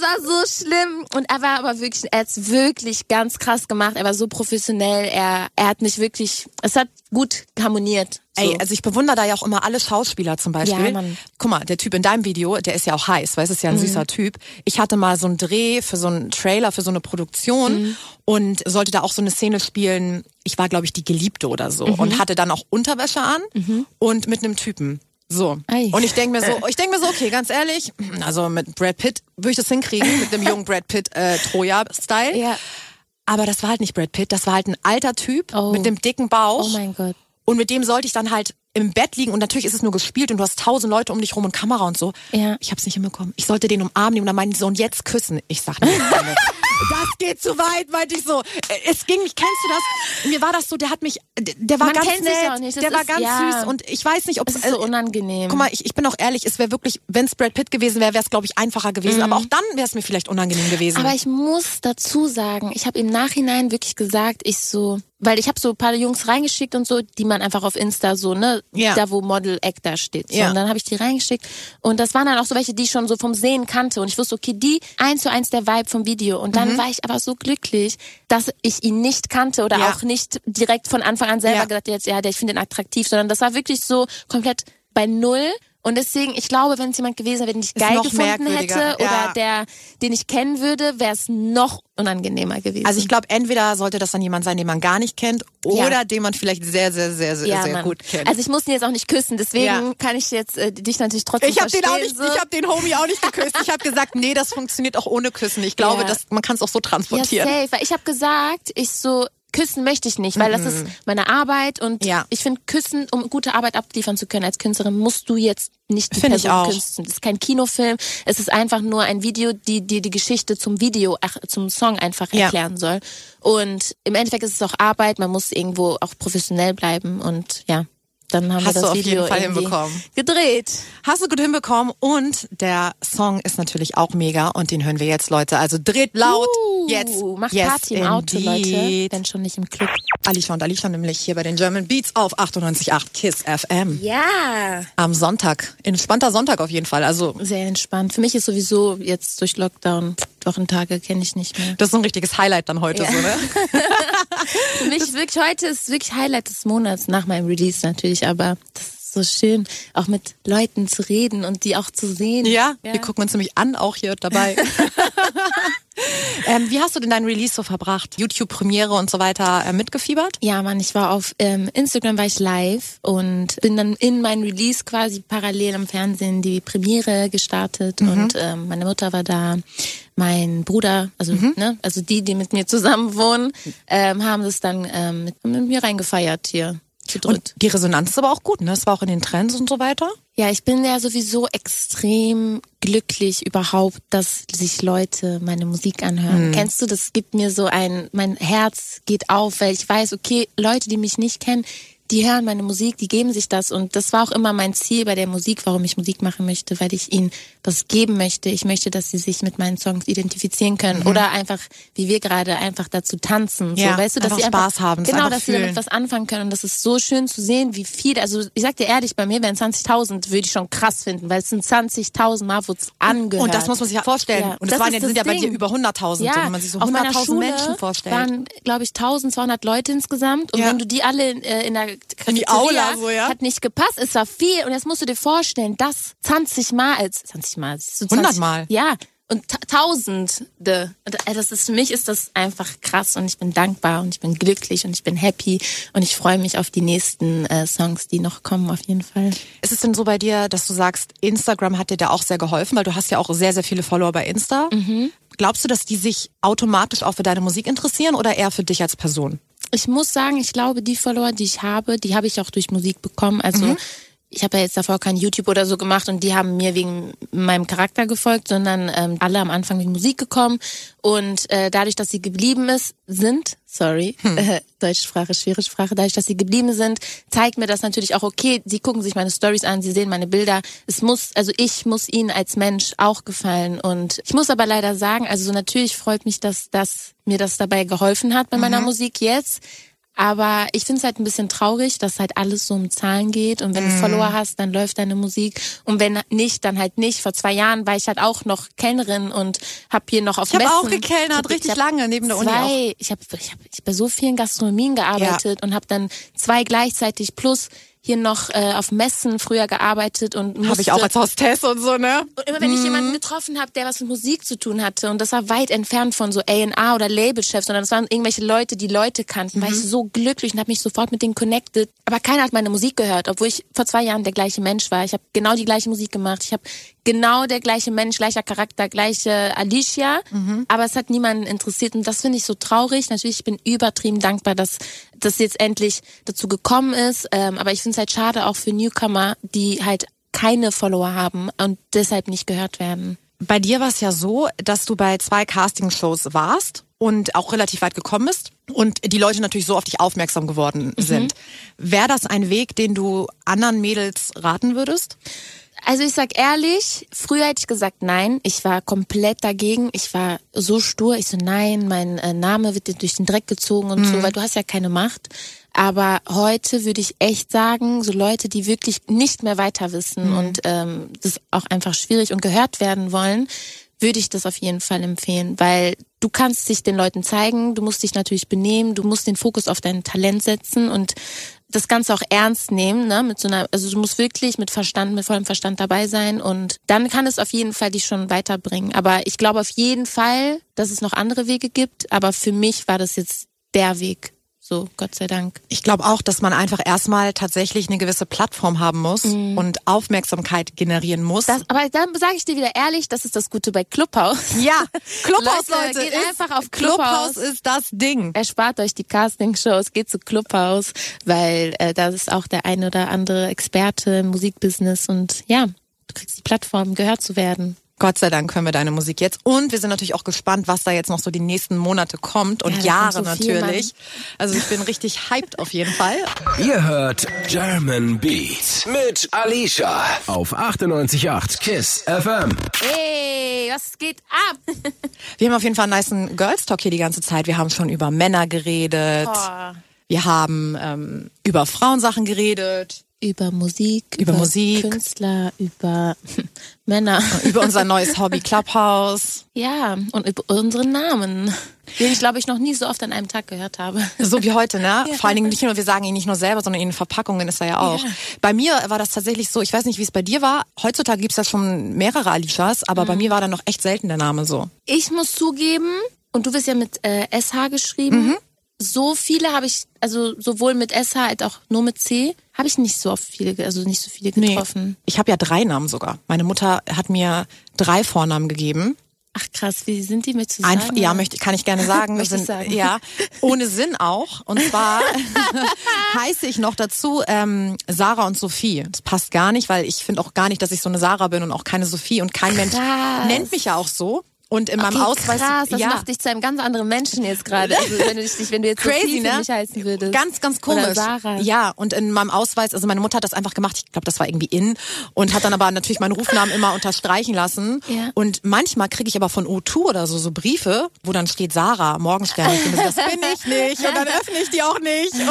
war so schlimm. Und er hat es wirklich ganz krass gemacht. Er war so professionell. Er hat mich wirklich, es hat gut harmoniert. So. Ey, also ich bewundere da ja auch immer alle Schauspieler zum Beispiel. Ja, Mann. Guck mal, der Typ in deinem Video, der ist ja auch heiß, weil es ist ja ein süßer Typ. Ich hatte mal so einen Dreh für so einen Trailer, für so eine Produktion und sollte da auch so eine Szene spielen. Ich war, glaube ich, die Geliebte oder so und hatte dann auch Unterwäsche an und mit einem Typen. So. Ei. Und ich denke mir so, okay, ganz ehrlich, also mit Brad Pitt würde ich das hinkriegen, mit dem jungen Brad Pitt Troja-Style. Ja. Aber das war halt nicht Brad Pitt, das war halt ein alter Typ mit dem dicken Bauch. Oh mein Gott. Und mit dem sollte ich dann halt im Bett liegen und natürlich ist es nur gespielt und du hast 1000 Leute um dich rum und Kamera und so. Ja. Ich hab's nicht hinbekommen. Ich sollte den umarmen nehmen und dann meinen die so, und jetzt küssen. Ich sag nicht, das geht zu weit, meinte ich so. Es ging nicht, kennst du das? Mir war das so, der hat mich, der war Man ganz kennt sich nett, auch nicht. Das der war ist, ganz ja. süß und ich weiß nicht, ob Es ist so unangenehm. Guck mal, ich bin auch ehrlich, es wäre wirklich, wenn es Brad Pitt gewesen wäre, wäre es, glaube ich, einfacher gewesen. Aber auch dann wäre es mir vielleicht unangenehm gewesen. Aber ich muss dazu sagen, ich habe im Nachhinein wirklich gesagt, weil ich habe so ein paar Jungs reingeschickt und so, die man einfach auf Insta so, ne, da wo Model Act steht. So, und dann habe ich die reingeschickt und das waren dann auch so welche, die ich schon so vom Sehen kannte und ich wusste, okay, die 1:1 der Vibe vom Video und dann war ich aber so glücklich, dass ich ihn nicht kannte oder auch nicht direkt von Anfang an selber gesagt, ich finde ihn attraktiv, sondern das war wirklich so komplett bei Null. Und deswegen, ich glaube, wenn es jemand gewesen wäre, den ich geil gefunden hätte oder den ich kennen würde, wäre es noch unangenehmer gewesen. Also ich glaube, entweder sollte das dann jemand sein, den man gar nicht kennt oder den man vielleicht sehr, sehr, sehr, sehr, sehr gut kennt. Also ich muss ihn jetzt auch nicht küssen, deswegen kann ich jetzt dich natürlich trotzdem verstehen. Ich habe den Homie auch nicht geküsst. Ich habe gesagt, nee, das funktioniert auch ohne Küssen. Ich glaube, man kann es auch so transportieren. Ja, safe. Weil ich habe gesagt, küssen möchte ich nicht, weil das ist meine Arbeit und ich finde, küssen, um gute Arbeit abliefern zu können als Künstlerin, musst du jetzt nicht die Person küssen. Das ist kein Kinofilm, es ist einfach nur ein Video, die Geschichte zum Song einfach erklären soll. Und im Endeffekt ist es auch Arbeit, man muss irgendwo auch professionell bleiben und dann haben wir das Video auf jeden Fall hinbekommen. Gedreht. Hast du gut hinbekommen und der Song ist natürlich auch mega und den hören wir jetzt, Leute. Also dreht laut jetzt. Macht Party im Auto, Leute, wenn schon nicht im Club. Alicia und Alicia nämlich hier bei den German Beats auf 98.8 KISS FM. Ja. Am Sonntag. Entspannter Sonntag auf jeden Fall. Also sehr entspannt. Für mich ist sowieso jetzt durch Lockdown Wochentage kenne ich nicht mehr. Das ist so ein richtiges Highlight dann heute so, ne? Für mich ist wirklich heute ist wirklich Highlight des Monats nach meinem Release natürlich, aber das ist so schön, auch mit Leuten zu reden und die auch zu sehen. Ja. Wir gucken uns nämlich an, auch hier dabei. Wie hast du denn deinen Release so verbracht? YouTube-Premiere und so weiter mitgefiebert? Ja, Mann, ich war auf Instagram, war ich live und bin dann in meinen Release quasi parallel am Fernsehen die Premiere gestartet und meine Mutter war da, mein Bruder, also also die mit mir zusammen wohnen, haben das dann mit mir reingefeiert hier. Und die Resonanz ist aber auch gut, ne? Es war auch in den Trends und so weiter. Ja, ich bin ja sowieso extrem glücklich überhaupt, dass sich Leute meine Musik anhören. Kennst du, das gibt mir so mein Herz geht auf, weil ich weiß, okay, Leute, die mich nicht kennen, die hören meine Musik, die geben sich das und das war auch immer mein Ziel bei der Musik, warum ich Musik machen möchte, weil ich ihnen das geben möchte. Ich möchte, dass sie sich mit meinen Songs identifizieren können oder einfach, wie wir gerade, einfach dazu tanzen. So, weißt du, dass sie einfach Spaß haben. Genau, dass sie damit was anfangen können und das ist so schön zu sehen, wie viele, also ich sag dir ehrlich, bei mir wären 20.000, würde ich schon krass finden, weil es sind 20.000 Mal wurde es angehört. Und das muss man sich ja vorstellen. Ja. Und das sind ja bei dir über 100.000, ja. So, wenn man sich so 100.000 Menschen vorstellt. Waren, glaube ich, 1.200 Leute insgesamt und wenn du die alle in der in die Aula so, hat nicht gepasst, es war viel und jetzt musst du dir vorstellen, das 20 Mal, 100 Mal. Ja, und Tausende. Und das ist, für mich ist das einfach krass und ich bin dankbar und ich bin glücklich und ich bin happy und ich freue mich auf die nächsten Songs, die noch kommen auf jeden Fall. Ist es denn so bei dir, dass du sagst, Instagram hat dir da auch sehr geholfen, weil du hast ja auch sehr, sehr viele Follower bei Insta. Glaubst du, dass die sich automatisch auch für deine Musik interessieren oder eher für dich als Person? Ich muss sagen, ich glaube, die Follower, die ich habe, die habe ich auch durch Musik bekommen. Also ich habe ja jetzt davor kein YouTube oder so gemacht und die haben mir wegen meinem Charakter gefolgt, sondern alle am Anfang wegen Musik gekommen. Und dadurch, dass sie geblieben sind, deutsche Sprache, schwere Sprache, dadurch, dass sie geblieben sind, zeigt mir das natürlich auch, okay, sie gucken sich meine Stories an, sie sehen meine Bilder. Ich muss ihnen als Mensch auch gefallen. Und ich muss aber leider sagen, also so natürlich freut mich, dass mir das dabei geholfen hat bei meiner Musik jetzt. Aber ich finde es halt ein bisschen traurig, dass halt alles so um Zahlen geht. Und wenn du Follower hast, dann läuft deine Musik. Und wenn nicht, dann halt nicht. Vor 2 Jahren war ich halt auch noch Kellnerin und habe hier noch auf Messen. Ich habe auch gekellnert, richtig lange neben der Uni auch. Ich hab bei so vielen Gastronomien gearbeitet und habe dann 2 gleichzeitig plus hier noch auf Messen früher gearbeitet und musste... Habe ich auch als Hostess und so, ne? Und immer wenn ich jemanden getroffen habe, der was mit Musik zu tun hatte, und das war weit entfernt von so A&R oder Labelchefs, sondern das waren irgendwelche Leute, die Leute kannten, war ich so glücklich und habe mich sofort mit denen connected. Aber keiner hat meine Musik gehört, obwohl ich vor 2 Jahren der gleiche Mensch war. Ich habe genau die gleiche Musik gemacht. Ich habe genau der gleiche Mensch, gleicher Charakter, gleiche Alicia. Aber es hat niemanden interessiert und das finde ich so traurig. Natürlich, ich bin übertrieben dankbar, dass das jetzt endlich dazu gekommen ist. Aber ich finde es halt schade auch für Newcomer, die halt keine Follower haben und deshalb nicht gehört werden. Bei dir war es ja so, dass du bei 2 Castingshows warst und auch relativ weit gekommen bist und die Leute natürlich so auf dich aufmerksam geworden sind. Wäre das ein Weg, den du anderen Mädels raten würdest? Also ich sag ehrlich, früher hätte ich gesagt nein. Ich war komplett dagegen. Ich war so stur. Ich so nein, mein Name wird dir durch den Dreck gezogen und so, weil du hast ja keine Macht. Aber heute würde ich echt sagen, so Leute, die wirklich nicht mehr weiter wissen und das auch einfach schwierig und gehört werden wollen, würde ich das auf jeden Fall empfehlen, weil du kannst dich den Leuten zeigen, du musst dich natürlich benehmen, du musst den Fokus auf dein Talent setzen und das Ganze auch ernst nehmen, ne? Also du musst wirklich mit vollem Verstand dabei sein und dann kann es auf jeden Fall dich schon weiterbringen. Aber ich glaube auf jeden Fall, dass es noch andere Wege gibt, aber für mich war das jetzt der Weg. So, Gott sei Dank. Ich glaube auch, dass man einfach erstmal tatsächlich eine gewisse Plattform haben muss und Aufmerksamkeit generieren muss. Aber dann sage ich dir wieder ehrlich, das ist das Gute bei Clubhouse. Ja, Clubhouse, Leute, geht einfach auf Clubhouse ist das Ding. Erspart euch die Castingshows, geht zu Clubhouse, weil da ist auch der ein oder andere Experte im Musikbusiness und ja, du kriegst die Plattform, gehört zu werden. Gott sei Dank hören wir deine Musik jetzt. Und wir sind natürlich auch gespannt, was da jetzt noch so die nächsten Monate kommt und Jahre natürlich. Also ich bin richtig hyped auf jeden Fall. Ihr hört German Beat mit Alicia auf 98.8 KISS FM. Hey, was geht ab? Wir haben auf jeden Fall einen nicen Girls Talk hier die ganze Zeit. Wir haben schon über Männer geredet. Wir haben über Frauensachen geredet. Über Musik, über Künstler, über Männer. Über unser neues Hobby Clubhouse. Ja, und über unseren Namen, den ich, glaube ich, noch nie so oft an einem Tag gehört habe. So wie heute, ne? Ja. Vor allen Dingen nicht nur, wir sagen ihn nicht nur selber, sondern in den Verpackungen ist er ja auch. Ja. Bei mir war das tatsächlich so, ich weiß nicht, wie es bei dir war. Heutzutage gibt's ja schon mehrere Alishas, aber bei mir war dann noch echt selten der Name so. Ich muss zugeben, und du wirst ja mit SH geschrieben, so viele habe ich, also sowohl mit SH als auch nur mit C, habe ich nicht so viele getroffen. Nee. Ich habe ja 3 Namen sogar. Meine Mutter hat mir 3 Vornamen gegeben. Ach krass, wie sind die mit zusammen? Kann ich gerne sagen. sagen. Ja, ohne Sinn auch. Und zwar heiße ich noch dazu Sarah und Sophie. Das passt gar nicht, weil ich finde auch gar nicht, dass ich so eine Sarah bin und auch keine Sophie. Und kein Mensch nennt mich ja auch so. Und in meinem Ausweis... Krass, das macht dich zu einem ganz anderen Menschen jetzt gerade. Also wenn du jetzt crazy, Sophie ne? für mich heißen würdest. Ganz, ganz komisch. Oder Sarah. Ja, und in meinem Ausweis, also meine Mutter hat das einfach gemacht, ich glaube, das war irgendwie in und hat dann aber natürlich meinen Rufnamen immer unterstreichen lassen. Ja. Und manchmal kriege ich aber von O2 oder so Briefe, wo dann steht Sarah, Morgenstern. Ich denke, das bin ich nicht. Und dann öffne ich die auch nicht. Und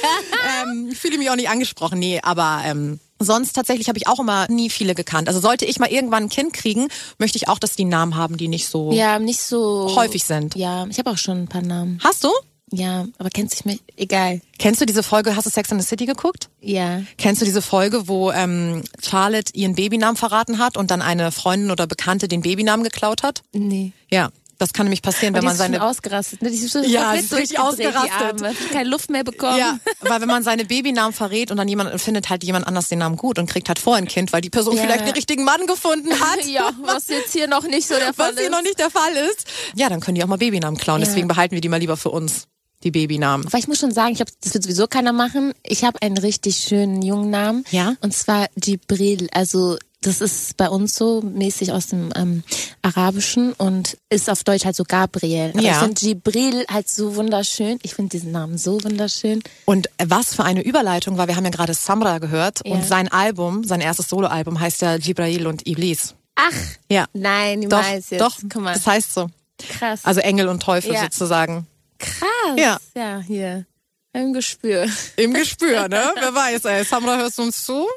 dann fühle ich mich auch nicht angesprochen. Nee, aber... Sonst tatsächlich habe ich auch immer nie viele gekannt. Also sollte ich mal irgendwann ein Kind kriegen, möchte ich auch, dass die Namen haben, die nicht so häufig sind. Ja, ich habe auch schon ein paar Namen. Hast du? Ja, aber kennst du mich? Egal. Kennst du diese Folge, hast du Sex and the City geguckt? Ja. Kennst du diese Folge, wo Charlotte ihren Babynamen verraten hat und dann eine Freundin oder Bekannte den Babynamen geklaut hat? Nee. Ja. Das kann nämlich passieren, wenn man seine... Die ist ausgerastet, ne? Die ist schon ist richtig ausgerastet. Keine Luft mehr bekommen. Ja, weil wenn man seine Babynamen verrät und dann findet halt jemand anders den Namen gut und kriegt halt vorher ein Kind, weil die Person vielleicht den richtigen Mann gefunden hat. Ja, was jetzt hier noch nicht so der Fall ist. Was hier noch nicht der Fall ist. Ja, dann können die auch mal Babynamen klauen. Deswegen behalten wir die mal lieber für uns, die Babynamen. Aber ich muss schon sagen, das wird sowieso keiner machen. Ich habe einen richtig schönen jungen Namen. Ja? Und zwar Jibril. Also das ist bei uns so mäßig aus dem Arabischen und ist auf Deutsch halt so Gabriel. Aber ich finde Jibril halt so wunderschön. Ich finde diesen Namen so wunderschön. Und was für eine Überleitung, weil wir haben ja gerade Samra gehört und sein erstes Soloalbum heißt ja Jibril und Iblis. Ach, ja. Nein, niemals jetzt. Doch, guck mal. Das heißt so. Krass. Also Engel und Teufel sozusagen. Krass. Ja, hier. Im Gespür. Im Gespür, ne? Wer weiß, ey. Samra, hörst du uns zu?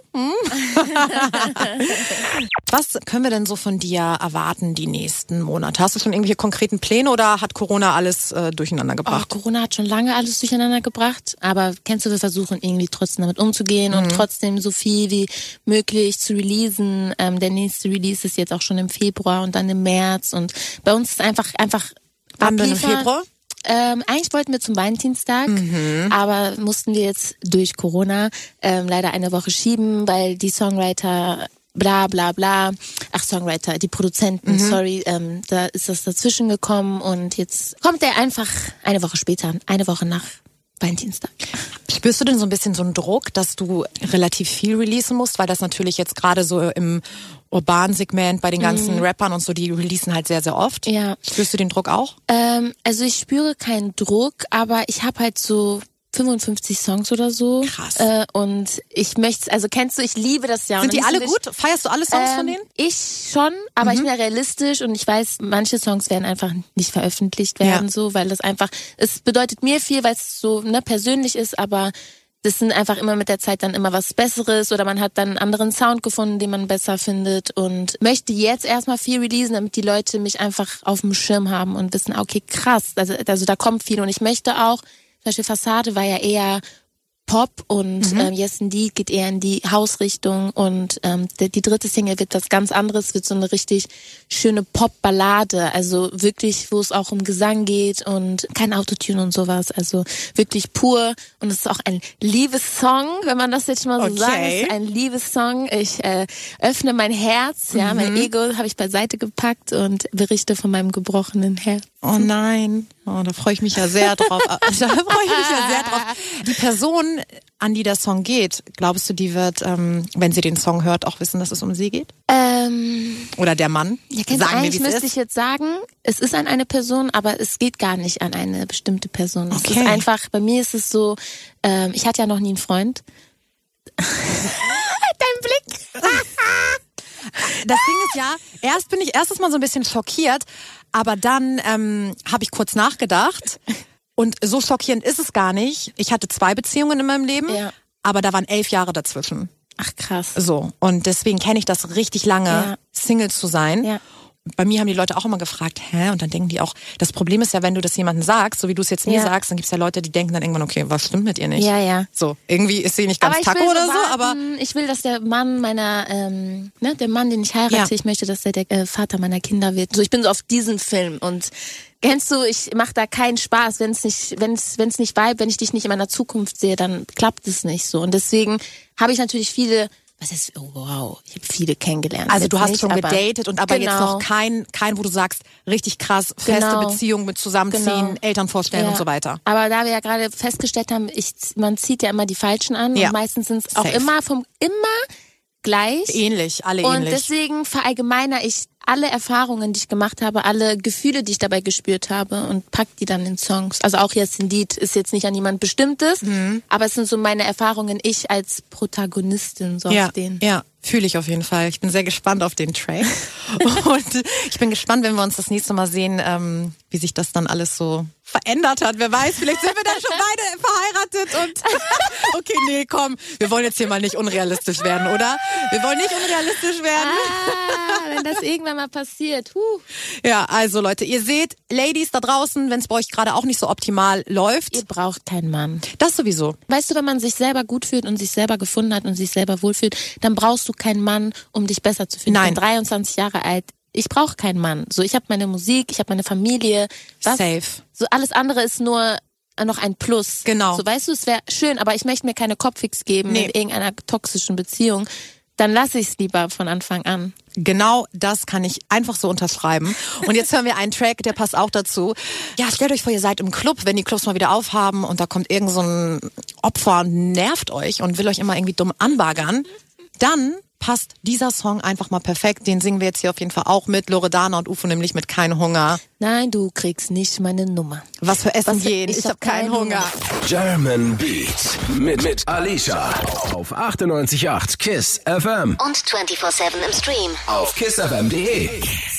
Was können wir denn so von dir erwarten die nächsten Monate? Hast du schon irgendwelche konkreten Pläne oder hat Corona alles durcheinander gebracht? Corona hat schon lange alles durcheinander gebracht, aber kennst du, wir versuchen irgendwie trotzdem damit umzugehen und trotzdem so viel wie möglich zu releasen. Der nächste Release ist jetzt auch schon im Februar und dann im März und bei uns ist einfach Wann denn im Februar? Eigentlich wollten wir zum Valentinstag, aber mussten wir jetzt durch Corona leider eine Woche schieben, weil die Songwriter bla bla bla, Songwriter, die Produzenten, da ist das dazwischen gekommen und jetzt kommt der einfach eine Woche später, eine Woche nach Valentinstag. Spürst du denn so ein bisschen so einen Druck, dass du relativ viel releasen musst, weil das natürlich jetzt gerade so im urbanen Segment bei den ganzen Rappern und so, die releasen halt sehr, sehr oft. Ja. Spürst du den Druck auch? Also ich spüre keinen Druck, aber ich habe halt so 55 Songs oder so. Krass. Und ich möchte, also kennst du, ich liebe das ja. Sind die alle gut? Feierst du alle Songs von denen? Ich schon, aber ich bin ja realistisch und ich weiß, manche Songs werden einfach nicht veröffentlicht werden, so, weil das einfach, es bedeutet mir viel, weil es so persönlich ist, aber das sind einfach immer mit der Zeit dann immer was Besseres oder man hat dann einen anderen Sound gefunden, den man besser findet und möchte jetzt erstmal viel releasen, damit die Leute mich einfach auf dem Schirm haben und wissen, okay, krass, also da kommt viel und ich möchte auch, zum Beispiel Fassade war ja eher Pop und Yes Indeed geht eher in die Hausrichtung und die dritte Single wird was ganz anderes, wird so eine richtig schöne Pop-Ballade, also wirklich, wo es auch um Gesang geht und kein Autotune und sowas, also wirklich pur und es ist auch ein Liebessong, wenn man das jetzt mal so sagt, es ist ein Liebessong. Ich öffne mein Herz, mein Ego habe ich beiseite gepackt und berichte von meinem gebrochenen Herz. Oh nein, da freue ich mich ja sehr drauf. Die Person, an die der Song geht, glaubst du, die wird, wenn sie den Song hört, auch wissen, dass es um sie geht? Oder der Mann? Ja, eigentlich müsste ich jetzt sagen, es ist an eine Person, aber es geht gar nicht an eine bestimmte Person. Es ist einfach, bei mir ist es so, ich hatte ja noch nie einen Freund. Dein Blick. Das Ding ist ja, erst bin ich erstes Mal so ein bisschen schockiert, aber dann habe ich kurz nachgedacht und so schockierend ist es gar nicht. Ich hatte 2 Beziehungen in meinem Leben, aber da waren 11 Jahre dazwischen. Ach krass. So, und deswegen kenne ich das richtig lange, Single zu sein. Ja. Bei mir haben die Leute auch immer gefragt, und dann denken die auch, das Problem ist ja, wenn du das jemandem sagst, so wie du es jetzt mir sagst, dann gibt's ja Leute, die denken dann irgendwann, okay, was stimmt mit ihr nicht? Ja. So, irgendwie ist sie nicht ganz taco oder so, aber ich will, dass der Mann meiner, der Mann, den ich heirate, ich möchte, dass der Vater meiner Kinder wird. So, ich bin so auf diesen Film und kennst du, ich mache da keinen Spaß, wenn es nicht vibe, wenn ich dich nicht in meiner Zukunft sehe, dann klappt es nicht so und deswegen habe ich natürlich viele. Ich habe viele kennengelernt. Also du hast schon gedatet und aber jetzt noch kein, wo du sagst, richtig krass, feste Beziehung mit Zusammenziehen, Eltern vorstellen und so weiter. Aber da wir ja gerade festgestellt haben, man zieht ja immer die Falschen an und meistens sind es auch immer gleich. Ähnlich, alle und ähnlich. Und deswegen verallgemeiner ich alle Erfahrungen, die ich gemacht habe, alle Gefühle, die ich dabei gespürt habe und pack die dann in Songs. Also auch Yes Indeed ist jetzt nicht an jemand Bestimmtes, aber es sind so meine Erfahrungen, ich als Protagonistin so auf den. Ja, fühle ich auf jeden Fall. Ich bin sehr gespannt auf den Track und ich bin gespannt, wenn wir uns das nächste Mal sehen, wie sich das dann alles so verändert hat. Wer weiß, vielleicht sind wir dann schon beide verheiratet und okay, nee, komm, wir wollen jetzt hier mal nicht unrealistisch werden, oder? Wir wollen nicht unrealistisch werden. Wenn das irgendwann mal passiert. Ja, also Leute, ihr seht, Ladies da draußen, wenn es bei euch gerade auch nicht so optimal läuft. Ihr braucht keinen Mann. Das sowieso. Weißt du, wenn man sich selber gut fühlt und sich selber gefunden hat und sich selber wohlfühlt, dann brauchst du keinen Mann, um dich besser zu fühlen. Nein. Ich bin 23 Jahre alt. Ich brauche keinen Mann. So, ich habe meine Musik, ich habe meine Familie. Safe. So, alles andere ist nur noch ein Plus. Genau. So, weißt du, es wäre schön, aber ich möchte mir keine Kopfix geben in irgendeiner toxischen Beziehung. Dann lasse ich es lieber von Anfang an. Genau das kann ich einfach so unterschreiben. Und jetzt hören wir einen Track, der passt auch dazu. Ja, stellt euch vor, ihr seid im Club, wenn die Clubs mal wieder aufhaben und da kommt irgend so ein Opfer und nervt euch und will euch immer irgendwie dumm anbaggern. Dann passt dieser Song einfach mal perfekt. Den singen wir jetzt hier auf jeden Fall auch mit Loredana und Ufo, nämlich mit Kein Hunger. Nein, du kriegst nicht meine Nummer. Was für Essen gehen? Ich hab keinen Hunger. German Beat mit Alicia auf 98.8 KISS FM Und 24/7 im Stream auf kissfm.de.